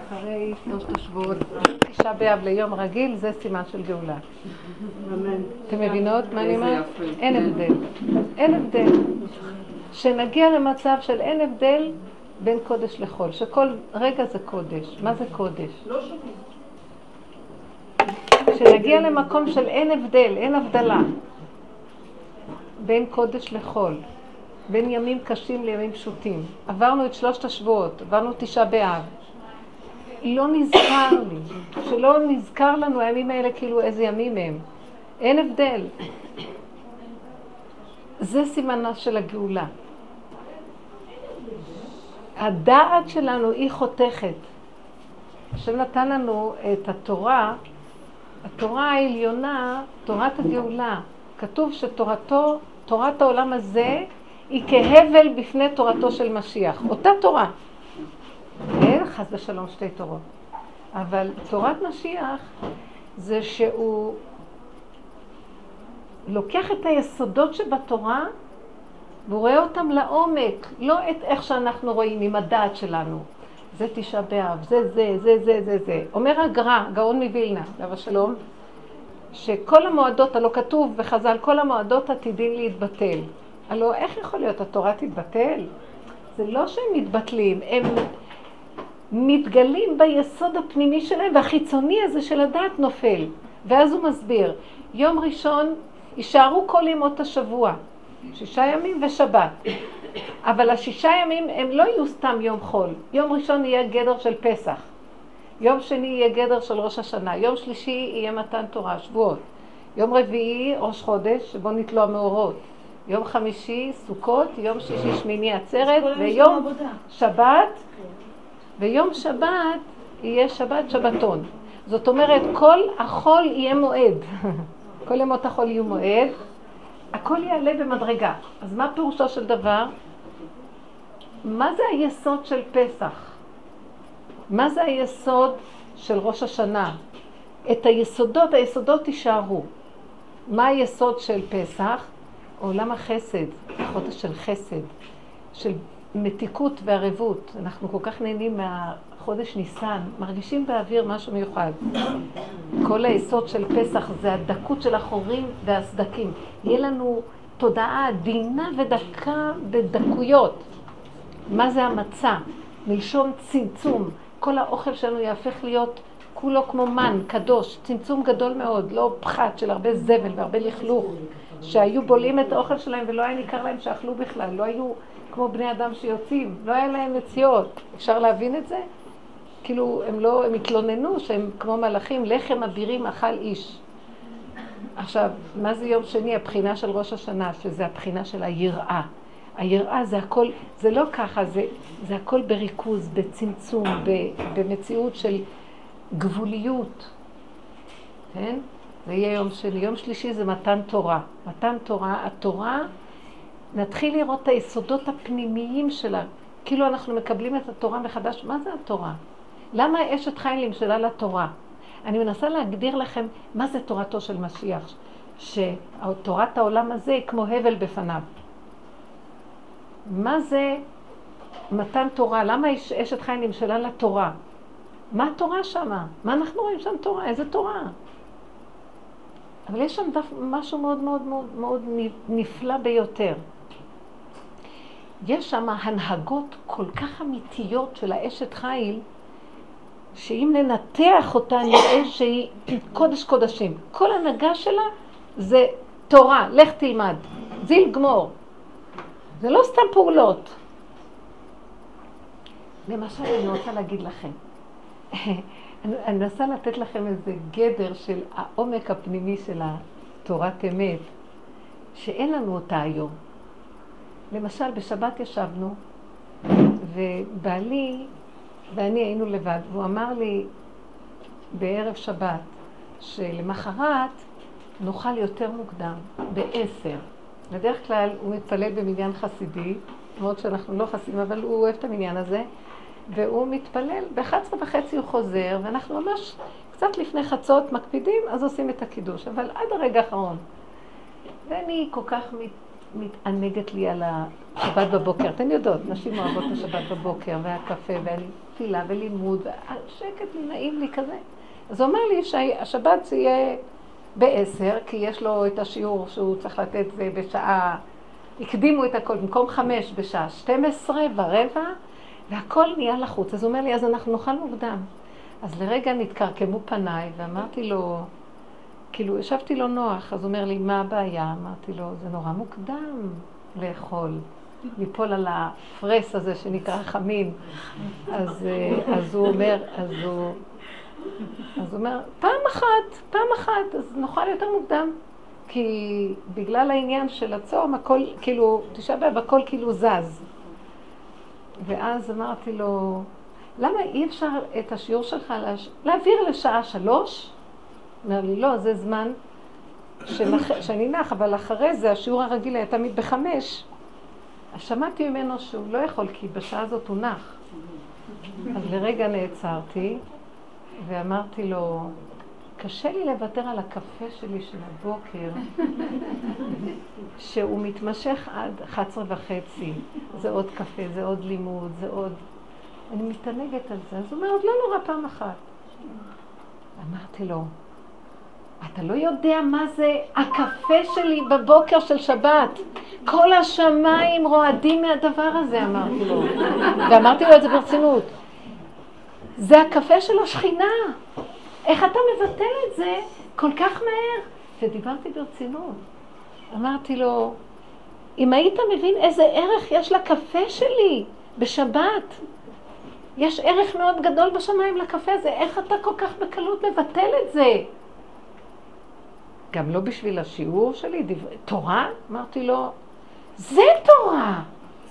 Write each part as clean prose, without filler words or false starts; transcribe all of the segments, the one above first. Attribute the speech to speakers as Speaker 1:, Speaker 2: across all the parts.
Speaker 1: אחרי שלושת השבועות, תשעה באב ליום רגיל, זה סימן של גאולה. אתם מבינות מה אני אומרת? אין הבדל. אין הבדל. שנגיע למצב של אין הבדל בין קודש לחול, שכל רגע זה קודש. מה זה קודש? שנגיע למקום של אין הבדל, אין הבדלה בין קודש לחול, בין ימים קשים לימים פשוטים. עברנו את שלושת השבועות, עברנו תשעה באב. לא נזכר לי, שלא נזכר לנו הימים האלה כאילו איזה ימים הם. אין הבדל. זה סימנה של הגאולה. הדעת שלנו היא חותכת. השם נתן לנו את התורה, התורה העליונה, תורת הגאולה. כתוב שתורתו, תורת העולם הזה, היא כהבל בפני תורתו של משיח. אותה תורה. אין חס ושלום שתי תורות. אבל תורת משיח זה שהוא לוקח את היסודות שבתורה והוא רואה אותם לעומק, לא את איך שאנחנו רואים עם הדעת שלנו. זה תשעה באב, זה. אומר הגר"א, גאון מווילנה, עליו השלום, שכל המועדות, הלא כתוב בחז"ל, כל המועדות עתידים להתבטל. הלא איך יכול להיות התורה תתבטל? זה לא שהם מתבטלים, הם מתגלים ביסוד הפנימי שלהם, והחיצוני הזה של הדעת נופל. ואז הוא מסביר, יום ראשון יישארו כל ימות השבוע, 6 ימים ושבת. אבל ה6 ימים הם לא יהיו סתם יום חול. יום ראשון יהיה גדר של פסח. יום שני יהיה גדר של ראש השנה. יום שלישי יהיה מתן תורה, שבועות. יום רביעי ראש חודש, שבו נתלו המאורות. יום חמישי סוכות, יום שישי שמיני עצרת, ויום שבת. ויום שבת יהיה שבת שבתון. זאת אומרת, כל החול יהיה מועד. כל ימות החול יהיו מועד. הכל יעלה במדרגה. אז מה פירושו של דבר? מה זה היסוד של פסח? מה זה היסוד של ראש השנה? את היסודות יישארו. מה היסוד של פסח? עולם החסד, חודש של חסד, של מתיקות וערבות. אנחנו כל כך נהנים מהחודש ניסן, מרגישים באוויר משהו מיוחד. כל היסוד של פסח זה הדקות של החורים והסדקים. יהיה לנו תודעה עדינה ודקה בדקויות. מה זה המצה? מלשון צמצום. כל האוכל שלנו יהפך להיות כולו כמו מן, קדוש, צמצום גדול מאוד, לא פחת של הרבה זבל והרבה לכלוך, שהיו בולעים את האוכל שלהם ולא היה ניכר להם שאכלו בכלל, לא היו כמו בני אדם שיוצאים, לא היה להם מציאות. אפשר להבין את זה? כאילו הם התלוננו שהם כמו מלאכים, לחם אבירים אכל איש. עכשיו, מה זה יום שני? הבחינה של ראש השנה, שזה הבחינה של היראה. היראה זה הכל, זה לא ככה, זה הכל בריכוז, בצמצום, במציאות של גבוליות. כן? זה יהיה יום שני. יום שלישי זה מתן תורה. מתן תורה, התורה, נתחיל לראות את היסודות הפנימיים שלה. כאילו אנחנו מקבלים את התורה מחדש. מה זה התורה? למה אשת חיל נמשלה לתורה? אני מנסה להגדיר לכם מה זה תורתו של משיח. שתורת העולם הזה היא כמו הבל בפניו. מה זה מתן תורה? למה אשת חיל נמשלה לתורה? מה התורה שמה? מה אנחנו רואים שם תורה? איזה תורה? אבל יש שם משהו מאוד מאוד מאוד מאוד נפלא ביותר. יש שם הנהגות כל כך אמיתיות של האשת חיל, שאם ננתח אותה נראה שהיא קודש קודשים. כל הנהגה שלה זה תורה, לך תלמד, זיל גמור. זה לא סתם פעולות. למשל, אני רוצה להגיד לכם, אני מנסה לתת לכם איזה גדר של העומק הפנימי של התורת אמת, שאין לנו אותה היום. למשל, בשבת ישבנו, ובעלי ואני היינו לבד, והוא אמר לי בערב שבת, שלמחרת נאכל יותר מוקדם, ב10. בדרך כלל הוא מתפלל במניין חסידי, מאוד שאנחנו לא חסידים, אבל הוא אוהב את המניין הזה, והוא מתפלל, ב11:30 הוא חוזר, ואנחנו ממש קצת לפני חצות מקפידים, אז עושים את הקידוש, אבל עד הרגע האחרון. ואני כל כך מתענגת לי על השבת בבוקר. אתן יודעות, נשים אוהבות את השבת בבוקר, והקפה, והתפילה, ולימוד, והשקט נעים לי כזה. אז הוא אומר לי שהשבת זה יהיה ב10, כי יש לו את השיעור שהוא צריך לתת זה בשעה, הקדימו את הכל, במקום 5 בשעה 12:15, והכל נהיה לחוץ. אז הוא אומר לי, אז אנחנו נאכל מוקדם. אז לרגע נתקרקמו פניי, ואמרתי לו, כאילו, ישבתי לו נוח, אז הוא אומר לי, מה הבעיה? אמרתי לו, זה נורא מוקדם לאכול, ליפול על הפרס הזה שנקרא חמין. אז הוא אומר, אז הוא אומר, פעם אחת, אז נאכל יותר מוקדם. כי בגלל העניין של הצום, הכל כאילו, תשעה באב, הכל כאילו זז. ואז אמרתי לו, למה אי אפשר את השיעור שלך להעביר לשעה 3? אומר לי, לא, זה זמן שאני נח, אבל אחרי זה השיעור הרגיל היה תמיד ב5. אז שמעתי ממנו שהוא לא יכול, כי בשעה הזאת הוא נח. אז לרגע נעצרתי, ואמרתי לו, קשה לי לוותר על הקפה שלי של הבוקר, שהוא מתמשך עד 11:30. זה עוד קפה, זה עוד לימוד, זה עוד... אני מתענגת על זה. אז הוא אומר, עוד לא נורא פעם אחת. אמרתי לו, אתה לא יודע מה זה הקפה שלי בבוקר של שבת. כל השמיים רועדים מהדבר הזה, אמרתי לו. ואמרתי לו את זה ברצינות. זה הקפה של השכינה. איך אתה מבטל את זה כל כך מהר? ודיברתי ברצינות. אמרתי לו, אם היית מבין איזה ערך יש לקפה שלי בשבת, יש ערך מאוד גדול בשמיים לקפה הזה, איך אתה כל כך בקלות מבטל את זה? גם לא בשביל השיעור שלי, תורה? אמרתי לו, זה תורה!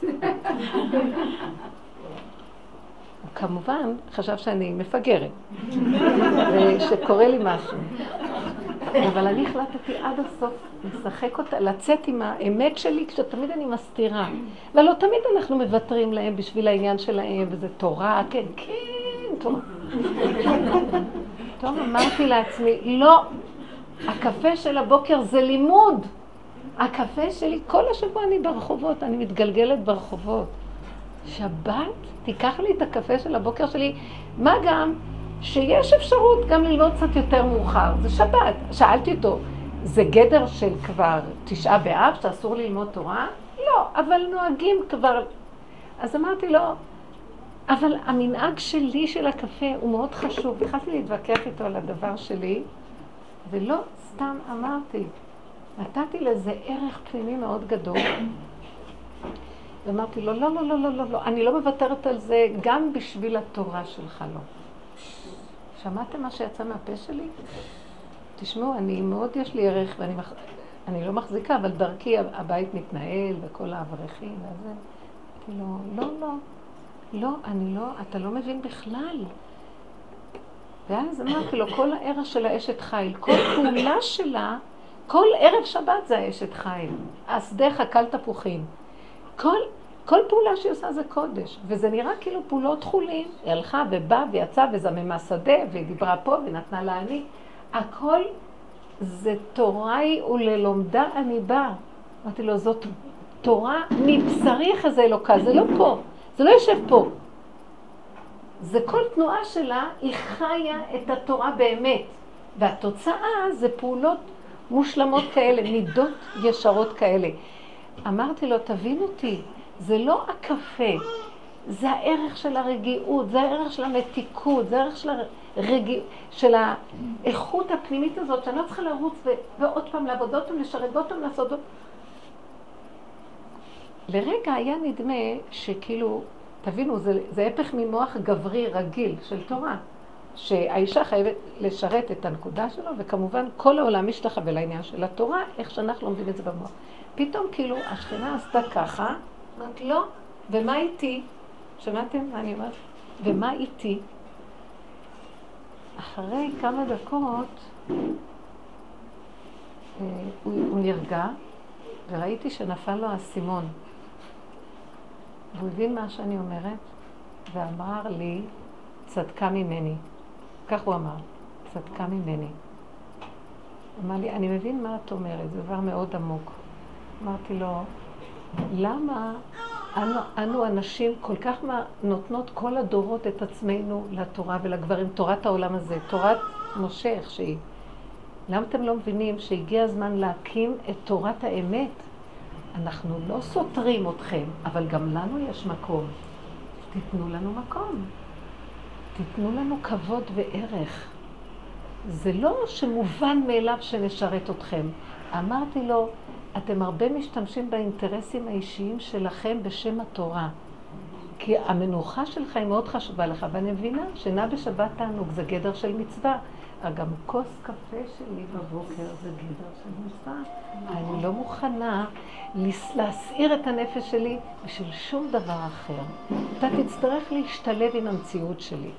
Speaker 1: כמובן, חשב שאני מפגרת, ושקורה לי משהו. אבל אני החלטתי עד הסוף לשחק אותה, לצאת עם האמת שלי, כשתמיד אני מסתירה. ולא תמיד אנחנו מוותרים להם בשביל העניין שלהם, וזה תורה, כן, כן, תורה. טוב, אמרתי לעצמי, לא, הקפה של הבוקר זה לימוד. הקפה שלי, כל השבוע אני ברחובות, אני מתגלגלת ברחובות. שבת, תיקח לי את הקפה של הבוקר שלי, מה גם שיש אפשרות גם ללמוד קצת יותר מאוחר. זה שבת. שאלתי אותו, זה גדר של כבר 9 באב שאסור ללמוד תורה? לא, אבל נוהגים כבר. אז אמרתי לו, אבל המנהג שלי של הקפה הוא מאוד חשוב. התחלתי להתווכח איתו על הדבר שלי, ולא סתם אמרתי. נתתי לזה ערך פנימי מאוד גדול. ואמרתי לו, לא, לא, לא, לא, לא, לא, אני לא מוותרת על זה גם בשביל התורה שלך, לא. שמעתם מה שיצא מהפה שלי? תשמעו, אני מאוד יש לי ערך, ואני לא מחזיקה, אבל דרכי הבית מתנהל וכל האברכים וזה. אמרתי לו, לא, לא, לא, אני לא, אתה לא מבין בכלל. ואז אמרתי לו, כל הערך של האשת חיל, כל פעולה שלה, כל ערב שבת זה האשת חיל. השדך הקל תפוחים. כל פעולה שהיא עושה זה קודש, וזה נראה כאילו פעולות חולים. היא הלכה ובאה ויצאה וזממה שדה, והיא דיברה פה ונתנה לה אני. הכל זה תוראי וללומדה אני באה. אמרתי לו, זאת תורה מבשרי חזה אלוקה, זה לא פה, זה לא יושב פה. זה כל תנועה שלה, היא חיה את התורה באמת. והתוצאה זה פעולות מושלמות כאלה, מידות ישרות כאלה. אמרתי לו, תבין אותי, זה לא הקפה, זה הערך של הרגיעות, זה הערך של המתיקות, זה הערך של האיכות הפנימית הזאת, שאני לא צריכה לרוץ ועוד פעם לעבוד, עוד פעם לשרת, עוד פעם לעשות. לרגע היה נדמה שכאילו, תבינו, זה הפך ממוח גברי רגיל של תורה, שהאישה חייבת לשרת את הנקודה שלו, וכמובן כל העולם משתחווה לעניין של התורה, איך שאנחנו לומדים את זה במוח. פתאום כאילו השכנה עשתה ככה, אמרת לא, ומה איתי? שמעתם מה אני אומרת? ומה איתי? אחרי כמה דקות הוא נרגע, וראיתי שנפל לו האסימון. והוא הבין מה שאני אומרת, ואמר לי, צדקה ממני. כך הוא אמר, צדקה ממני. אמר לי, אני מבין מה את אומרת, זה דבר מאוד עמוק. אמרתי לו, למה אנו אנשים כל כך נותנות כל הדורות את עצמנו לתורה ולגברים, תורת העולם הזה, תורת משה איך שהיא. למה אתם לא מבינים שהגיע הזמן להקים את תורת האמת? אנחנו לא סותרים אתכם, אבל גם לנו יש מקום. תיתנו לנו מקום. תיתנו לנו כבוד וערך. זה לא שמובן מאליו שנשרת אתכם. אמרתי לו, אתם הרבה משתמשים באינטרסים האישיים שלכם בשם התורה. כי המנוחה שלך היא מאוד חשובה לך, ואני מבינה שנע בשבת תענוג זה גדר של מצווה. גם כוס קפה שלי בבוקר זה גדר של מצווה. אני לא מוכנה להסעיר את הנפש שלי בשביל שום דבר אחר. אתה תצטרך להשתלב עם המציאות שלי.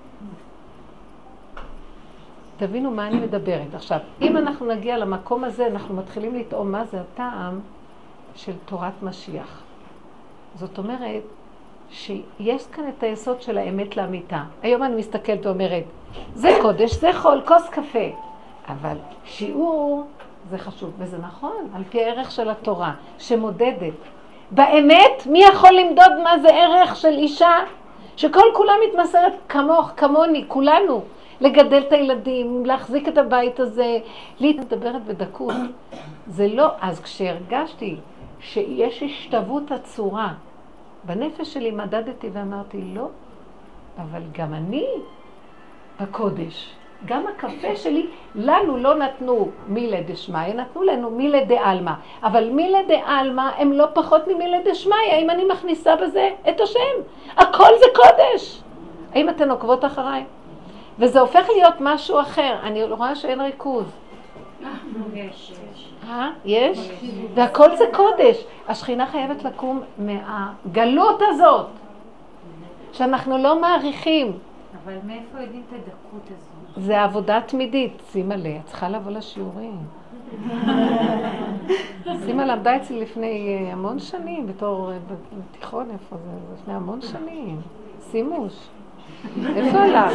Speaker 1: תבינו מה אני מדברת. עכשיו, אם אנחנו נגיע למקום הזה, אנחנו מתחילים לטעום מה זה הטעם של תורת משיח. זאת אומרת, שיש כאן את היסוד של האמת לאמיתה. היום אני מסתכלת ואומרת, זה קודש, זה חול, כוס קפה. אבל שיעור זה חשוב, וזה נכון, על פי הערך של התורה, שמודדת. באמת, מי יכול למדוד מה זה ערך של אישה? שכל כולה מתמסרת כמוך, כמוני, כולנו. לגדל את הילדים, להחזיק את הבית הזה, להתדברת בדקות. זה לא, אז כשהרגשתי שיש השתוות הצורה, בנפש שלי מדדתי ואמרתי, לא, אבל גם אני הקודש, גם הקפה שלי, לנו לא נתנו מילה דשמיא, נתנו לנו מילה דעלמא, אבל מילה דעלמא הם לא פחות ממילה דשמיא, האם אני מכניסה בזה את השם? הכל זה קודש. האם אתן עוקבות אחריי? וזה הופך להיות משהו אחר, אני רואה שאין ריכוז.
Speaker 2: יש.
Speaker 1: יש? והכל זה קודש. השכינה חייבת לקום מהגלות הזאת, שאנחנו לא מעריכים.
Speaker 2: אבל מאיפה יודעים את הדקות הזאת?
Speaker 1: זה עבודה תמידית. שימה לי, את צריכה לבוא לשיעורים. שימה למדה אצלי לפני המון שנים, בתור תיכון, איפה זה? לפני המון שנים. שימוש. איפה הלך?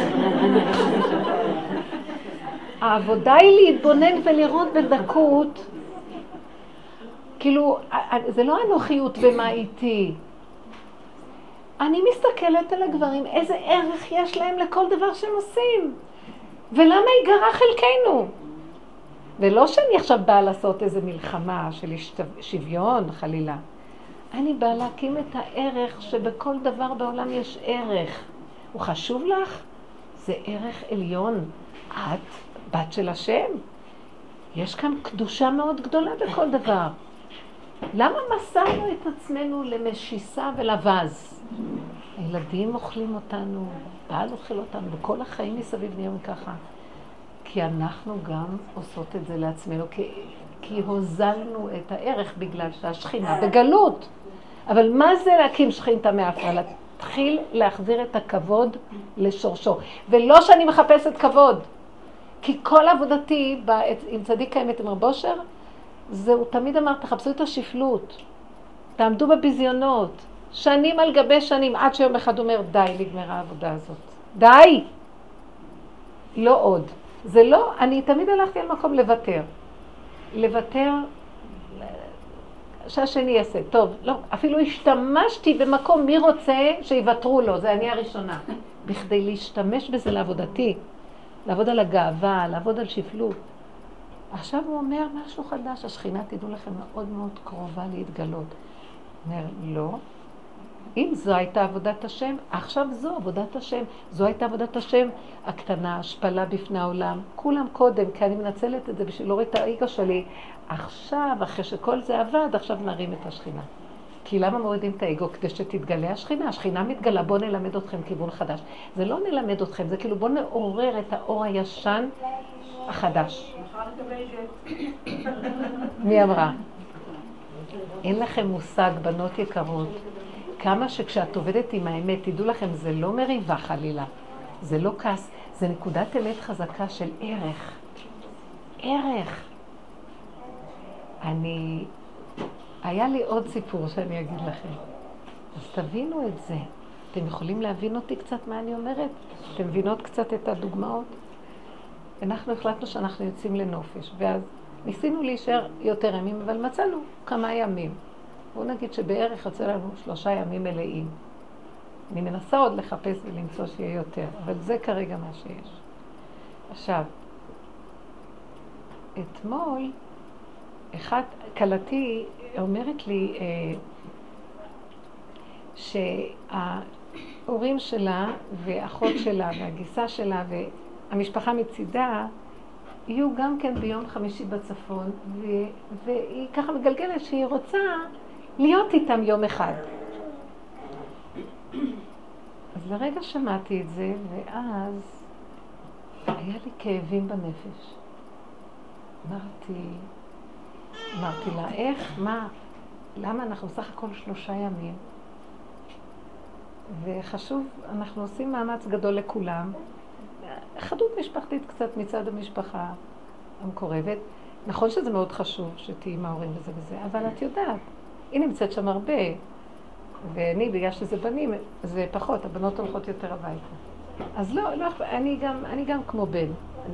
Speaker 1: העבודה היא להתבונן ולראות בדקות, כאילו, זה לא אנוכיות במה איתי. אני מסתכלת על הגברים, איזה ערך יש להם לכל דבר שהם עושים. ולמה ייגרע חלקנו? ולא שאני עכשיו באה לעשות איזו מלחמה של שוויון, חלילה. אני באה להקים את הערך שבכל דבר בעולם יש ערך. הוא חשוב לך? זה ערך עליון. את בת של השם. יש כאן קדושה מאוד גדולה בכל דבר. למה מסרנו את עצמנו למשיסה ולבז? הילדים אוכלים אותנו, בעל אוכל אותנו, וכל החיים מסביב נהיים ככה. כי אנחנו גם עושות את זה לעצמנו, כי הוזלנו את הערך בגלל שהשכינה בגלות. אבל מה זה להקים שכינתה מאפרה? להתחיל להחזיר את הכבוד לשורשו. ולא שאני מחפשת כבוד, כי כל עבודתי עם צדיק האמת עם רב אושר, הוא תמיד אמר, תחפשו את השפלות, תעמדו בביזיונות, שנים על גבי שנים, עד שיום אחד אומר, די, נגמרה העבודה הזאת. די! לא עוד. זה לא, אני תמיד הלכתי על מקום לוותר. לוותר, שהשני יעשה. טוב, לא, אפילו השתמשתי במקום, מי רוצה שיוותרו לו, זה אני הראשונה. בכדי להשתמש בזה לעבודתי, לעבוד על הגאווה, לעבוד על שפלות. עכשיו הוא אומר משהו חדש, השכינה תדעו לכם מאוד מאוד קרובה להתגלות. אומר, לא. אם זו הייתה עבודת השם, עכשיו זו עבודת השם. זו הייתה עבודת השם הקטנה, השפלה בפני העולם. כולם קודם, כי אני מנצלת את זה בשביל להוריד את האיגו שלי. עכשיו, אחרי שכל זה עבד, עכשיו נרים את השכינה. כי למה מורידים את האיגו? כדי שתתגלה השכינה. השכינה מתגלה, בוא נלמד אתכם כיוון חדש. זה לא נלמד אתכם, זה כאילו בוא נעורר את האור הישן החדש. מי אמרה? אין לכם מושג, בנות יקרות, כמה שכשאת עובדת עם האמת, תדעו לכם, זה לא מריבה חלילה, זה לא כעס, זה נקודת אמת חזקה של ערך. ערך. היה לי עוד סיפור שאני אגיד לכם. אז תבינו את זה. אתם יכולים להבין אותי קצת מה אני אומרת? אתם מבינות קצת את הדוגמאות? אנחנו החלטנו שאנחנו יוצאים לנופש, ואז ניסינו להישאר יותר ימים, אבל מצאנו כמה ימים. בואו נגיד שבערך יוצא לנו 3 ימים מלאים. אני מנסה עוד לחפש ולמצוא שיהיה יותר, אבל זה כרגע מה שיש. עכשיו, אתמול, כלתי אומרת לי שההורים שלה ואחות שלה והגיסה שלה והמשפחה מצידה יהיו גם כן ביום חמישי בצפון, והיא ככה מגלגלת שהיא רוצה להיות איתם יום אחד. אז לרגע שמעתי את זה, ואז היה לי כאבים בנפש. אמרתי לה, איך, מה, למה אנחנו סך הכל 3 ימים? וחשוב, אנחנו עושים מאמץ גדול לכולם. חדות משפחתית קצת מצד המשפחה המקורבת. נכון שזה מאוד חשוב שתהי עם ההורים וזה וזה, אבל את יודעת, היא נמצאת שם הרבה, ואני, בגלל שזה בנים, זה פחות, הבנות הולכות יותר הביתה. אז לא, אני גם כמו בן.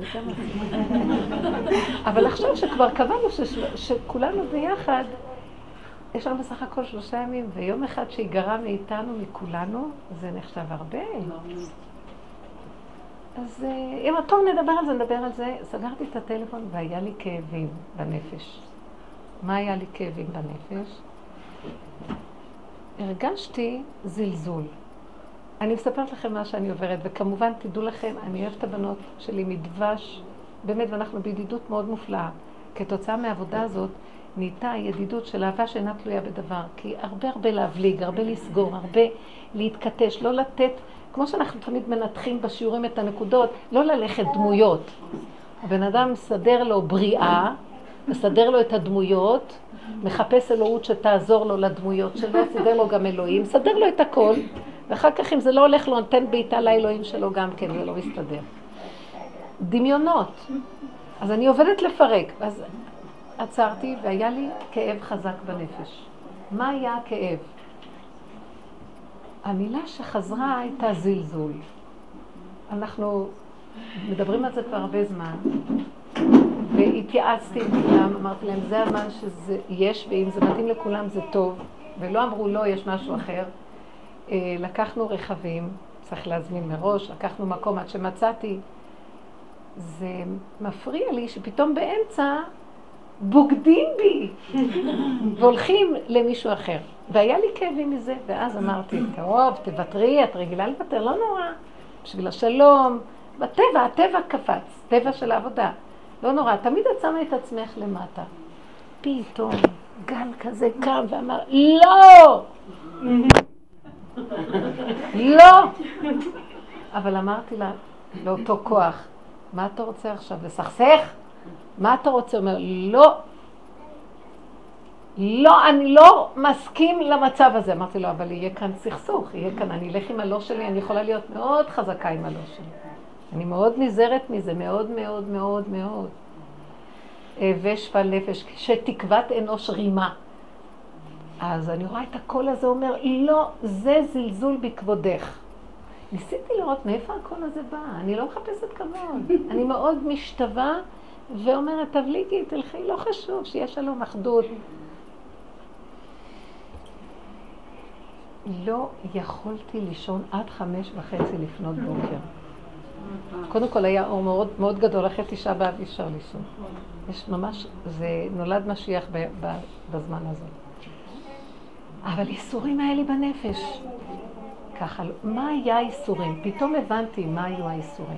Speaker 1: אבל עכשיו שכבר קבענו שכולנו ביחד, יש לנו בסך הכל 3 ימים, ויום אחד שיגרע מאיתנו, מכולנו, זה נחשב הרבה. אז אם טוב נדבר על זה, סגרתי את הטלפון והיה לי כאבים בנפש. מה היה לי כאבים בנפש? הרגשתי זלזול. אני מספרת לכם מה שאני עוברת, וכמובן תדעו לכם, אני אוהבת את הבנות שלי מדבש, באמת, ואנחנו בידידות מאוד מופלאה. כתוצאה מהעבודה הזאת, נהייתה ידידות של אהבה שאינה תלויה בדבר, כי הרבה להבליג, הרבה לסגור, הרבה להתקטש, לא לתת, כמו שאנחנו תמיד מנתחים בשיעורים את הנקודות, לא ללכת דמויות. הבן אדם מסדר לו בריאה, מסדר לו את הדמויות, מחפש אלוהות שתעזור לו לדמויות שלו, מסדר לו גם אלוהים, מסדר לו את הכל, ואחר כך אם זה לא הולך לו, נתן בעיטה לאלוהים שלו גם כן, זה לא מסתדר. דמיונות. אז אני עובדת לפרק, אז עצרתי והיה לי כאב חזק בנפש. מה היה הכאב? המילה שחזרה הייתה זלזול. אנחנו מדברים על זה כבר הרבה זמן, והתייעצתי עם כולם, אמרתי להם, זה הזמן שזה יש, ואם זה מתאים לכולם זה טוב, ולא אמרו לא, יש משהו אחר. לקחנו רכבים, צריך להזמין מראש, לקחנו מקום עד שמצאתי. זה מפריע לי שפתאום באמצע בוגדים בי והולכים למישהו אחר. והיה לי כאבים מזה, ואז אמרתי, טוב, תוותרי, את רגילה לוותר, לא נורא, בשביל השלום, בטבע, הטבע קפץ, טבע של העבודה. לא נורא, תמיד את שמה את עצמך למטה. פתאום גל כזה קם ואמר, לא! לא! אבל אמרתי לה, לאותו כוח, מה אתה רוצה עכשיו? לסכסך? מה אתה רוצה? אומר, לא. לא, אני לא מסכים למצב הזה. אמרתי לו, אבל יהיה כאן סכסוך, יהיה כאן, אני אלך עם הלא שלי, אני יכולה להיות מאוד חזקה עם הלא שלי. אני מאוד נזהרת מזה, מאוד מאוד מאוד מאוד. ושפל נפש, שתקוות אנוש רימה. אז אני רואה את הקול הזה, אומר, לא, זה זלזול בכבודך. ניסיתי לראות מאיפה הקול הזה בא, אני לא מחפשת כבוד. אני מאוד משתווה ואומרת, תבליגי, תלכי, לא חשוב, שיהיה שלום אחדות. לא יכולתי לישון עד 5:30 לפנות בוקר. קודם כל היה אור מאוד, מאוד גדול, אחרי 9 באב אי אפשר לישון. יש ממש, זה נולד משיח בזמן הזה. אבל איסורים היה לי בנפש. ככה, מה היה האיסורים? פתאום הבנתי מה היו האיסורים.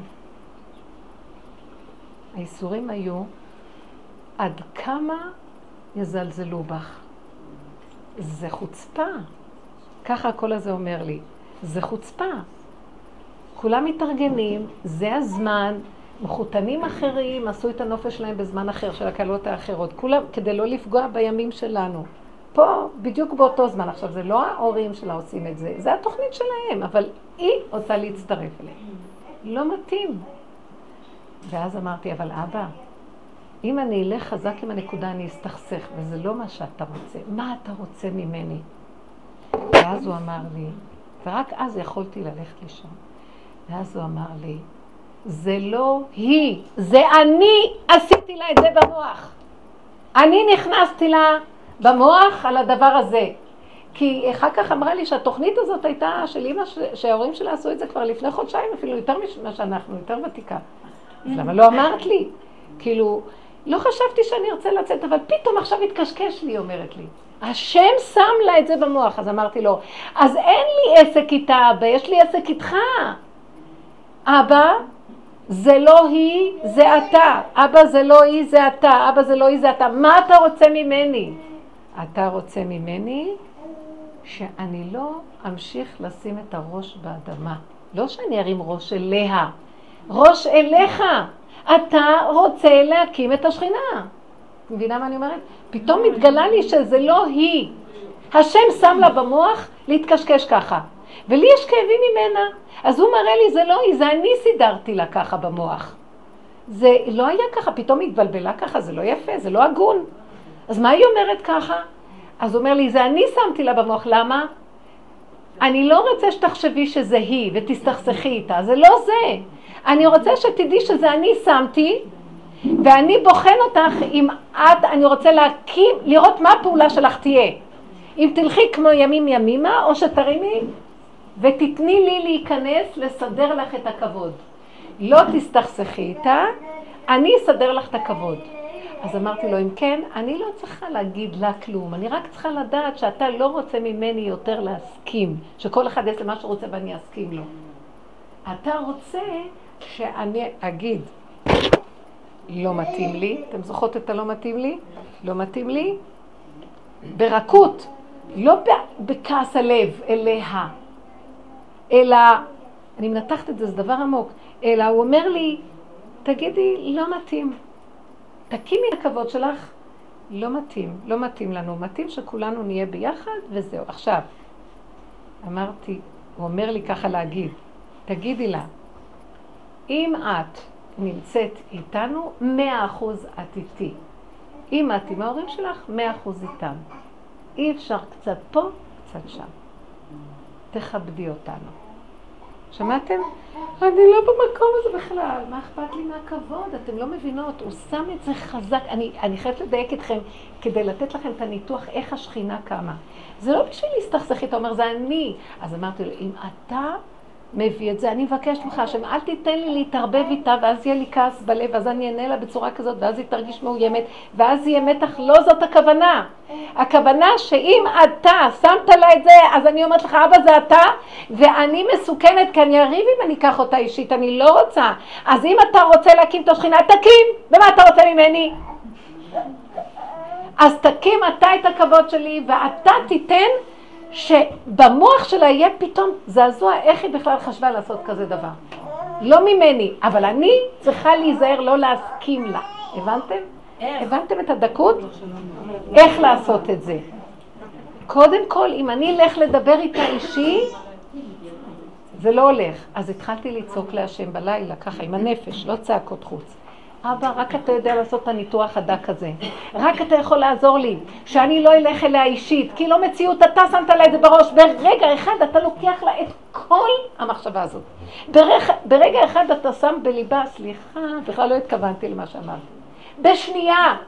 Speaker 1: האיסורים היו עד כמה יזלזלו בך. זה חוצפה. ככה הכל הזה אומר לי. זה חוצפה. כולם מתארגנים, זה הזמן, מחותנים אחרים עשו את הנופש שלהם בזמן אחר של הקהילות האחרות. כולם, כדי לא לפגוע בימים שלנו. פה, בדיוק באותו זמן. עכשיו, זה לא ההורים שלה עושים את זה, זה התוכנית שלהם, אבל היא רוצה להצטרף אליהם. לא מתאים. ואז אמרתי, אבל אבא, אם אני אלך חזק עם הנקודה, אני אסתכסך, וזה לא מה שאתה רוצה. מה אתה רוצה ממני? ואז הוא אמר לי, ורק אז יכולתי ללכת לשם. ואז הוא אמר לי, זה לא היא, זה אני עשיתי לה את זה במוח. אני נכנסתי לה במוח על הדבר הזה. כי אחר כך אמרה לי שהתוכנית הזאת הייתה של אמא, שההורים שלה עשו את זה כבר לפני חודשיים, אפילו יותר ממה שאנחנו, יותר ותיקה. אז למה לא אמרת לי? כאילו, לא חשבתי שאני ארצה לצאת, אבל פתאום עכשיו התקשקש לי, אומרת לי. השם שם לה את זה במוח, אז אמרתי לו, אז אין לי עסק איתה, אבא, יש לי עסק איתך. אבא, זה לא היא, זה אתה. אבא, זה לא היא, זה אתה. אבא, זה לא היא, זה אתה. מה אתה רוצה ממני? אתה רוצה ממני שאני לא אמשיך לשים את הראש באדמה. לא שאני ארים ראש אליה, ראש אליך. אתה רוצה להקים את השכינה. מבינה מה אני אומרת? פתאום מתגלה לי שזה לא היא. השם שם לה במוח להתקשקש ככה. ולי יש כאבים ממנה. אז הוא מראה לי, זה לא היא, זה אני סידרתי לה ככה במוח. זה לא היה ככה, פתאום התבלבלה ככה, זה לא יפה, זה לא הגון. אז מה היא אומרת ככה? אז הוא אומר לי, זה אני שמתי לה במוח, למה? אני לא רוצה שתחשבי שזה היא ותסתכסכי איתה, זה לא זה. אני רוצה שתדעי שזה אני שמתי, ואני בוחן אותך אם את, אני רוצה להקים, לראות מה הפעולה שלך תהיה. אם תלכי כמו ימים ימימה, או שתרימי ותתני לי להיכנס, לסדר לך את הכבוד. לא תסתכסכי איתה, אני אסדר לך את הכבוד. אז אמרתי לו, אם כן, אני לא צריכה להגיד לה כלום, אני רק צריכה לדעת שאתה לא רוצה ממני יותר להסכים, שכל אחד יש למה שרוצה ואני אסכים לו. אתה רוצה שאני אגיד, לא מתאים לי, אתם זוכרות את הלא מתאים לי? לא מתאים לי, ברכות, לא בכעס הלב אליה, אלא, אני מנתחת את זה, זה דבר עמוק, אלא הוא אומר לי, תגידי, לא מתאים. תקימי את הכבוד שלך, לא מתאים, לא מתאים לנו, מתאים שכולנו נהיה ביחד וזהו. עכשיו, אמרתי, הוא אומר לי ככה להגיד, תגידי לה, אם את נמצאת איתנו, 100% את איתי. אם את עם ההורים שלך, 100% איתם. אי אפשר קצת פה, קצת שם. תכבדי אותנו. שמעתם? אני לא במקום הזה בכלל, מה אכפת לי מהכבוד? אתם לא מבינות, הוא שם את זה חזק. אני חייבת לדייק אתכם כדי לתת לכם את הניתוח איך השכינה קמה. זה לא בשביל להסתכסך איתה, אומר, זה אני. אז אמרתי לו, אם אתה מביא את זה, אני מבקשת ממך, השם, אל תיתן לי להתערבב איתה, ואז יהיה לי כעס בלב, ואז אני אענה לה בצורה כזאת, ואז היא תרגיש מאוימת, ואז יהיה מתח, לא זאת הכוונה. הכוונה שאם אתה שמת לה את זה, אז אני אומרת לך, אבא זה אתה, ואני מסוכנת, כי אני אריב אם אני אקח אותה אישית, אני לא רוצה. אז אם אתה רוצה להקים את השכינה, תקים, ומה אתה רוצה ממני? אז תקים אתה את הכבוד שלי, ואתה תיתן שבמוח שלה יהיה פתאום זעזוע, איך היא בכלל חשבה לעשות כזה דבר. לא ממני, אבל אני צריכה להיזהר לא להסכים לה. הבנתם? הבנתם את הדקות? איך לעשות את זה? קודם כל, אם אני אלך לדבר איתה אישי, זה לא הולך. אז התחלתי לצעוק להשם בלילה, ככה עם הנפש, לא צעקות חוץ. אבא, רק אתה יודע לעשות את הניתוח הדק הזה. רק אתה יכול לעזור לי, שאני לא אלך אליה אישית, כי לא מציאות, אתה שמת לה את זה בראש. ברגע אחד אתה לוקח לה את כל המחשבה הזאת. ברגע אחד אתה שם בליבה, סליחה, בכלל לא התכוונתי למה שאמרתי. בשנייה.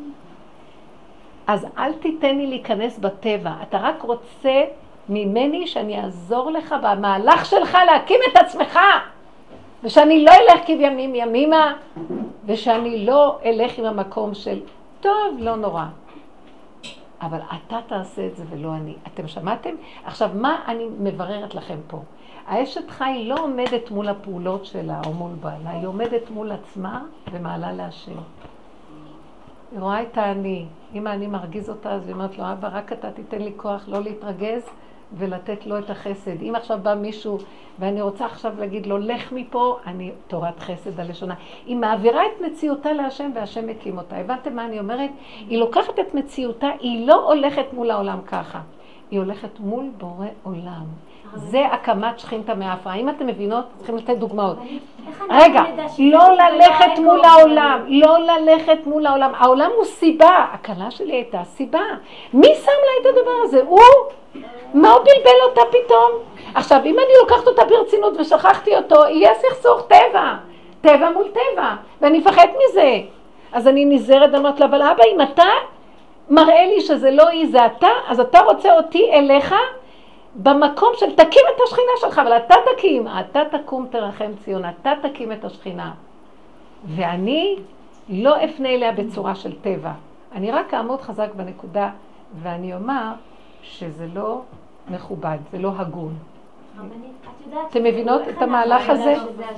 Speaker 1: אז אל תיתן לי להיכנס בטבע. אתה רק רוצה ממני שאני אעזור לך במהלך שלך להקים את עצמך. ושאני לא אלך כבימים ימימה, ושאני לא אלך עם המקום של, טוב, לא נורא. אבל אתה תעשה את זה ולא אני. אתם שמעתם? עכשיו, מה אני מבררת לכם פה? האשת חי לא עומדת מול הפעולות שלה או מול בעלה, היא עומדת מול עצמה ומעלה להשם. היא רואה את האני. אם האני מרגיז אותה, אז היא אומרת לו, אבא, רק אתה תיתן לי כוח לא להתרגז, ולתת לו את החסד. אם עכשיו בא מישהו, ואני רוצה עכשיו להגיד לו, לך מפה, אני תורת חסד הלשונה. היא מעבירה את מציאותה להשם, והשם מקים אותה. הבנתם מה אני אומרת? היא לוקחת את מציאותה, היא לא הולכת מול העולם ככה. היא הולכת מול בורא עולם. זה הקמת שכינתה מאפרה. אם אתם מבינות, צריכים לתת דוגמאות. רגע, לא ללכת מול העולם, לא ללכת מול העולם. העולם הוא סיבה. הקלה שלי הייתה סיבה. מי שם לה את הדבר הזה? הוא? מה הוא בלבל אותה פתאום? עכשיו, אם אני לוקחת אותה ברצינות ושכחתי אותו, יהיה סכסוך טבע. טבע מול טבע. ואני מפחד מזה. אז אני נזהרת ואומרת לה, אבל אבא, אם אתה מראה לי שזה לא היא, זה אתה, אז אתה רוצה אותי אליך, במקום של תקים את השכינה שלך, אבל אתה תקים, אתה תקום תרחם ציון, אתה תקים את השכינה. ואני לא אפנה אליה בצורה של טבע. אני רק אעמוד חזק בנקודה, ואני אומר שזה לא מכובד, זה לא הגון. אתם מבינות את המהלך הזה?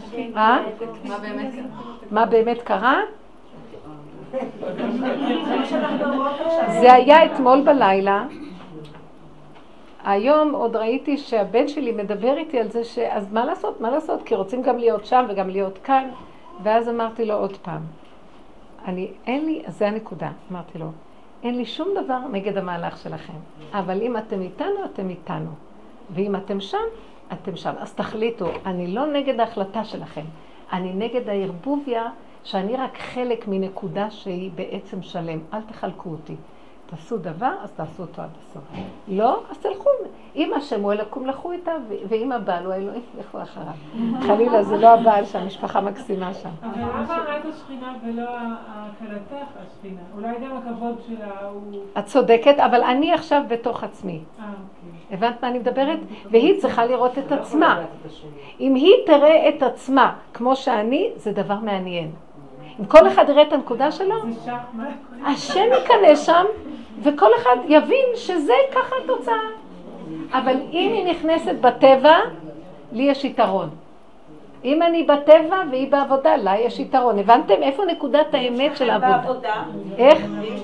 Speaker 1: מה באמת קרה? זה היה אתמול בלילה. היום עוד ראיתי שהבן שלי מדבר איתי על זה, אז מה לעשות? מה לעשות? כי רוצים גם להיות שם וגם להיות כאן. ואז אמרתי לו עוד פעם, אין לי, אז זה הנקודה, אמרתי לו, אין לי שום דבר נגד המהלך שלכם, אבל אם אתם איתנו, אתם איתנו, ואם אתם שם, אתם שם. אז תחליטו, אני לא נגד ההחלטה שלכם, אני נגד הערבוביה, שאני רק חלק מנקודה שהיא בעצם שלם, אל תחלקו אותי. תעשו דבר, אז תעשו אותו עד הסוף. לא, אז תלכו. אם השם הוא אלוקום, לכו איתה, ואם הבעל הוא האלוהים, לכו אחריו. חלילה, זה לא הבעל שהמשפחה מקסימה שם.
Speaker 3: אבל אבא רק השכינה ולא הכלתך השכינה. אולי גם הכבוד שלה הוא...
Speaker 1: את צודקת, אבל אני עכשיו בתוך עצמי. הבנת מה אני מדברת? והיא צריכה לראות את עצמה. אם היא תראה את עצמה כמו שאני, זה דבר מעניין. אם כל אחד יראה את הנקודה שלו, השם ייכנס שם, וכל אחד יבין שזה ככה התוצאה. אבל אם היא נכנסת בטבע, לי יש יתרון. אם אני בטבע והיא בעבודה, לה יש יתרון. הבנתם איפה נקודת האמת של העבודה? איך?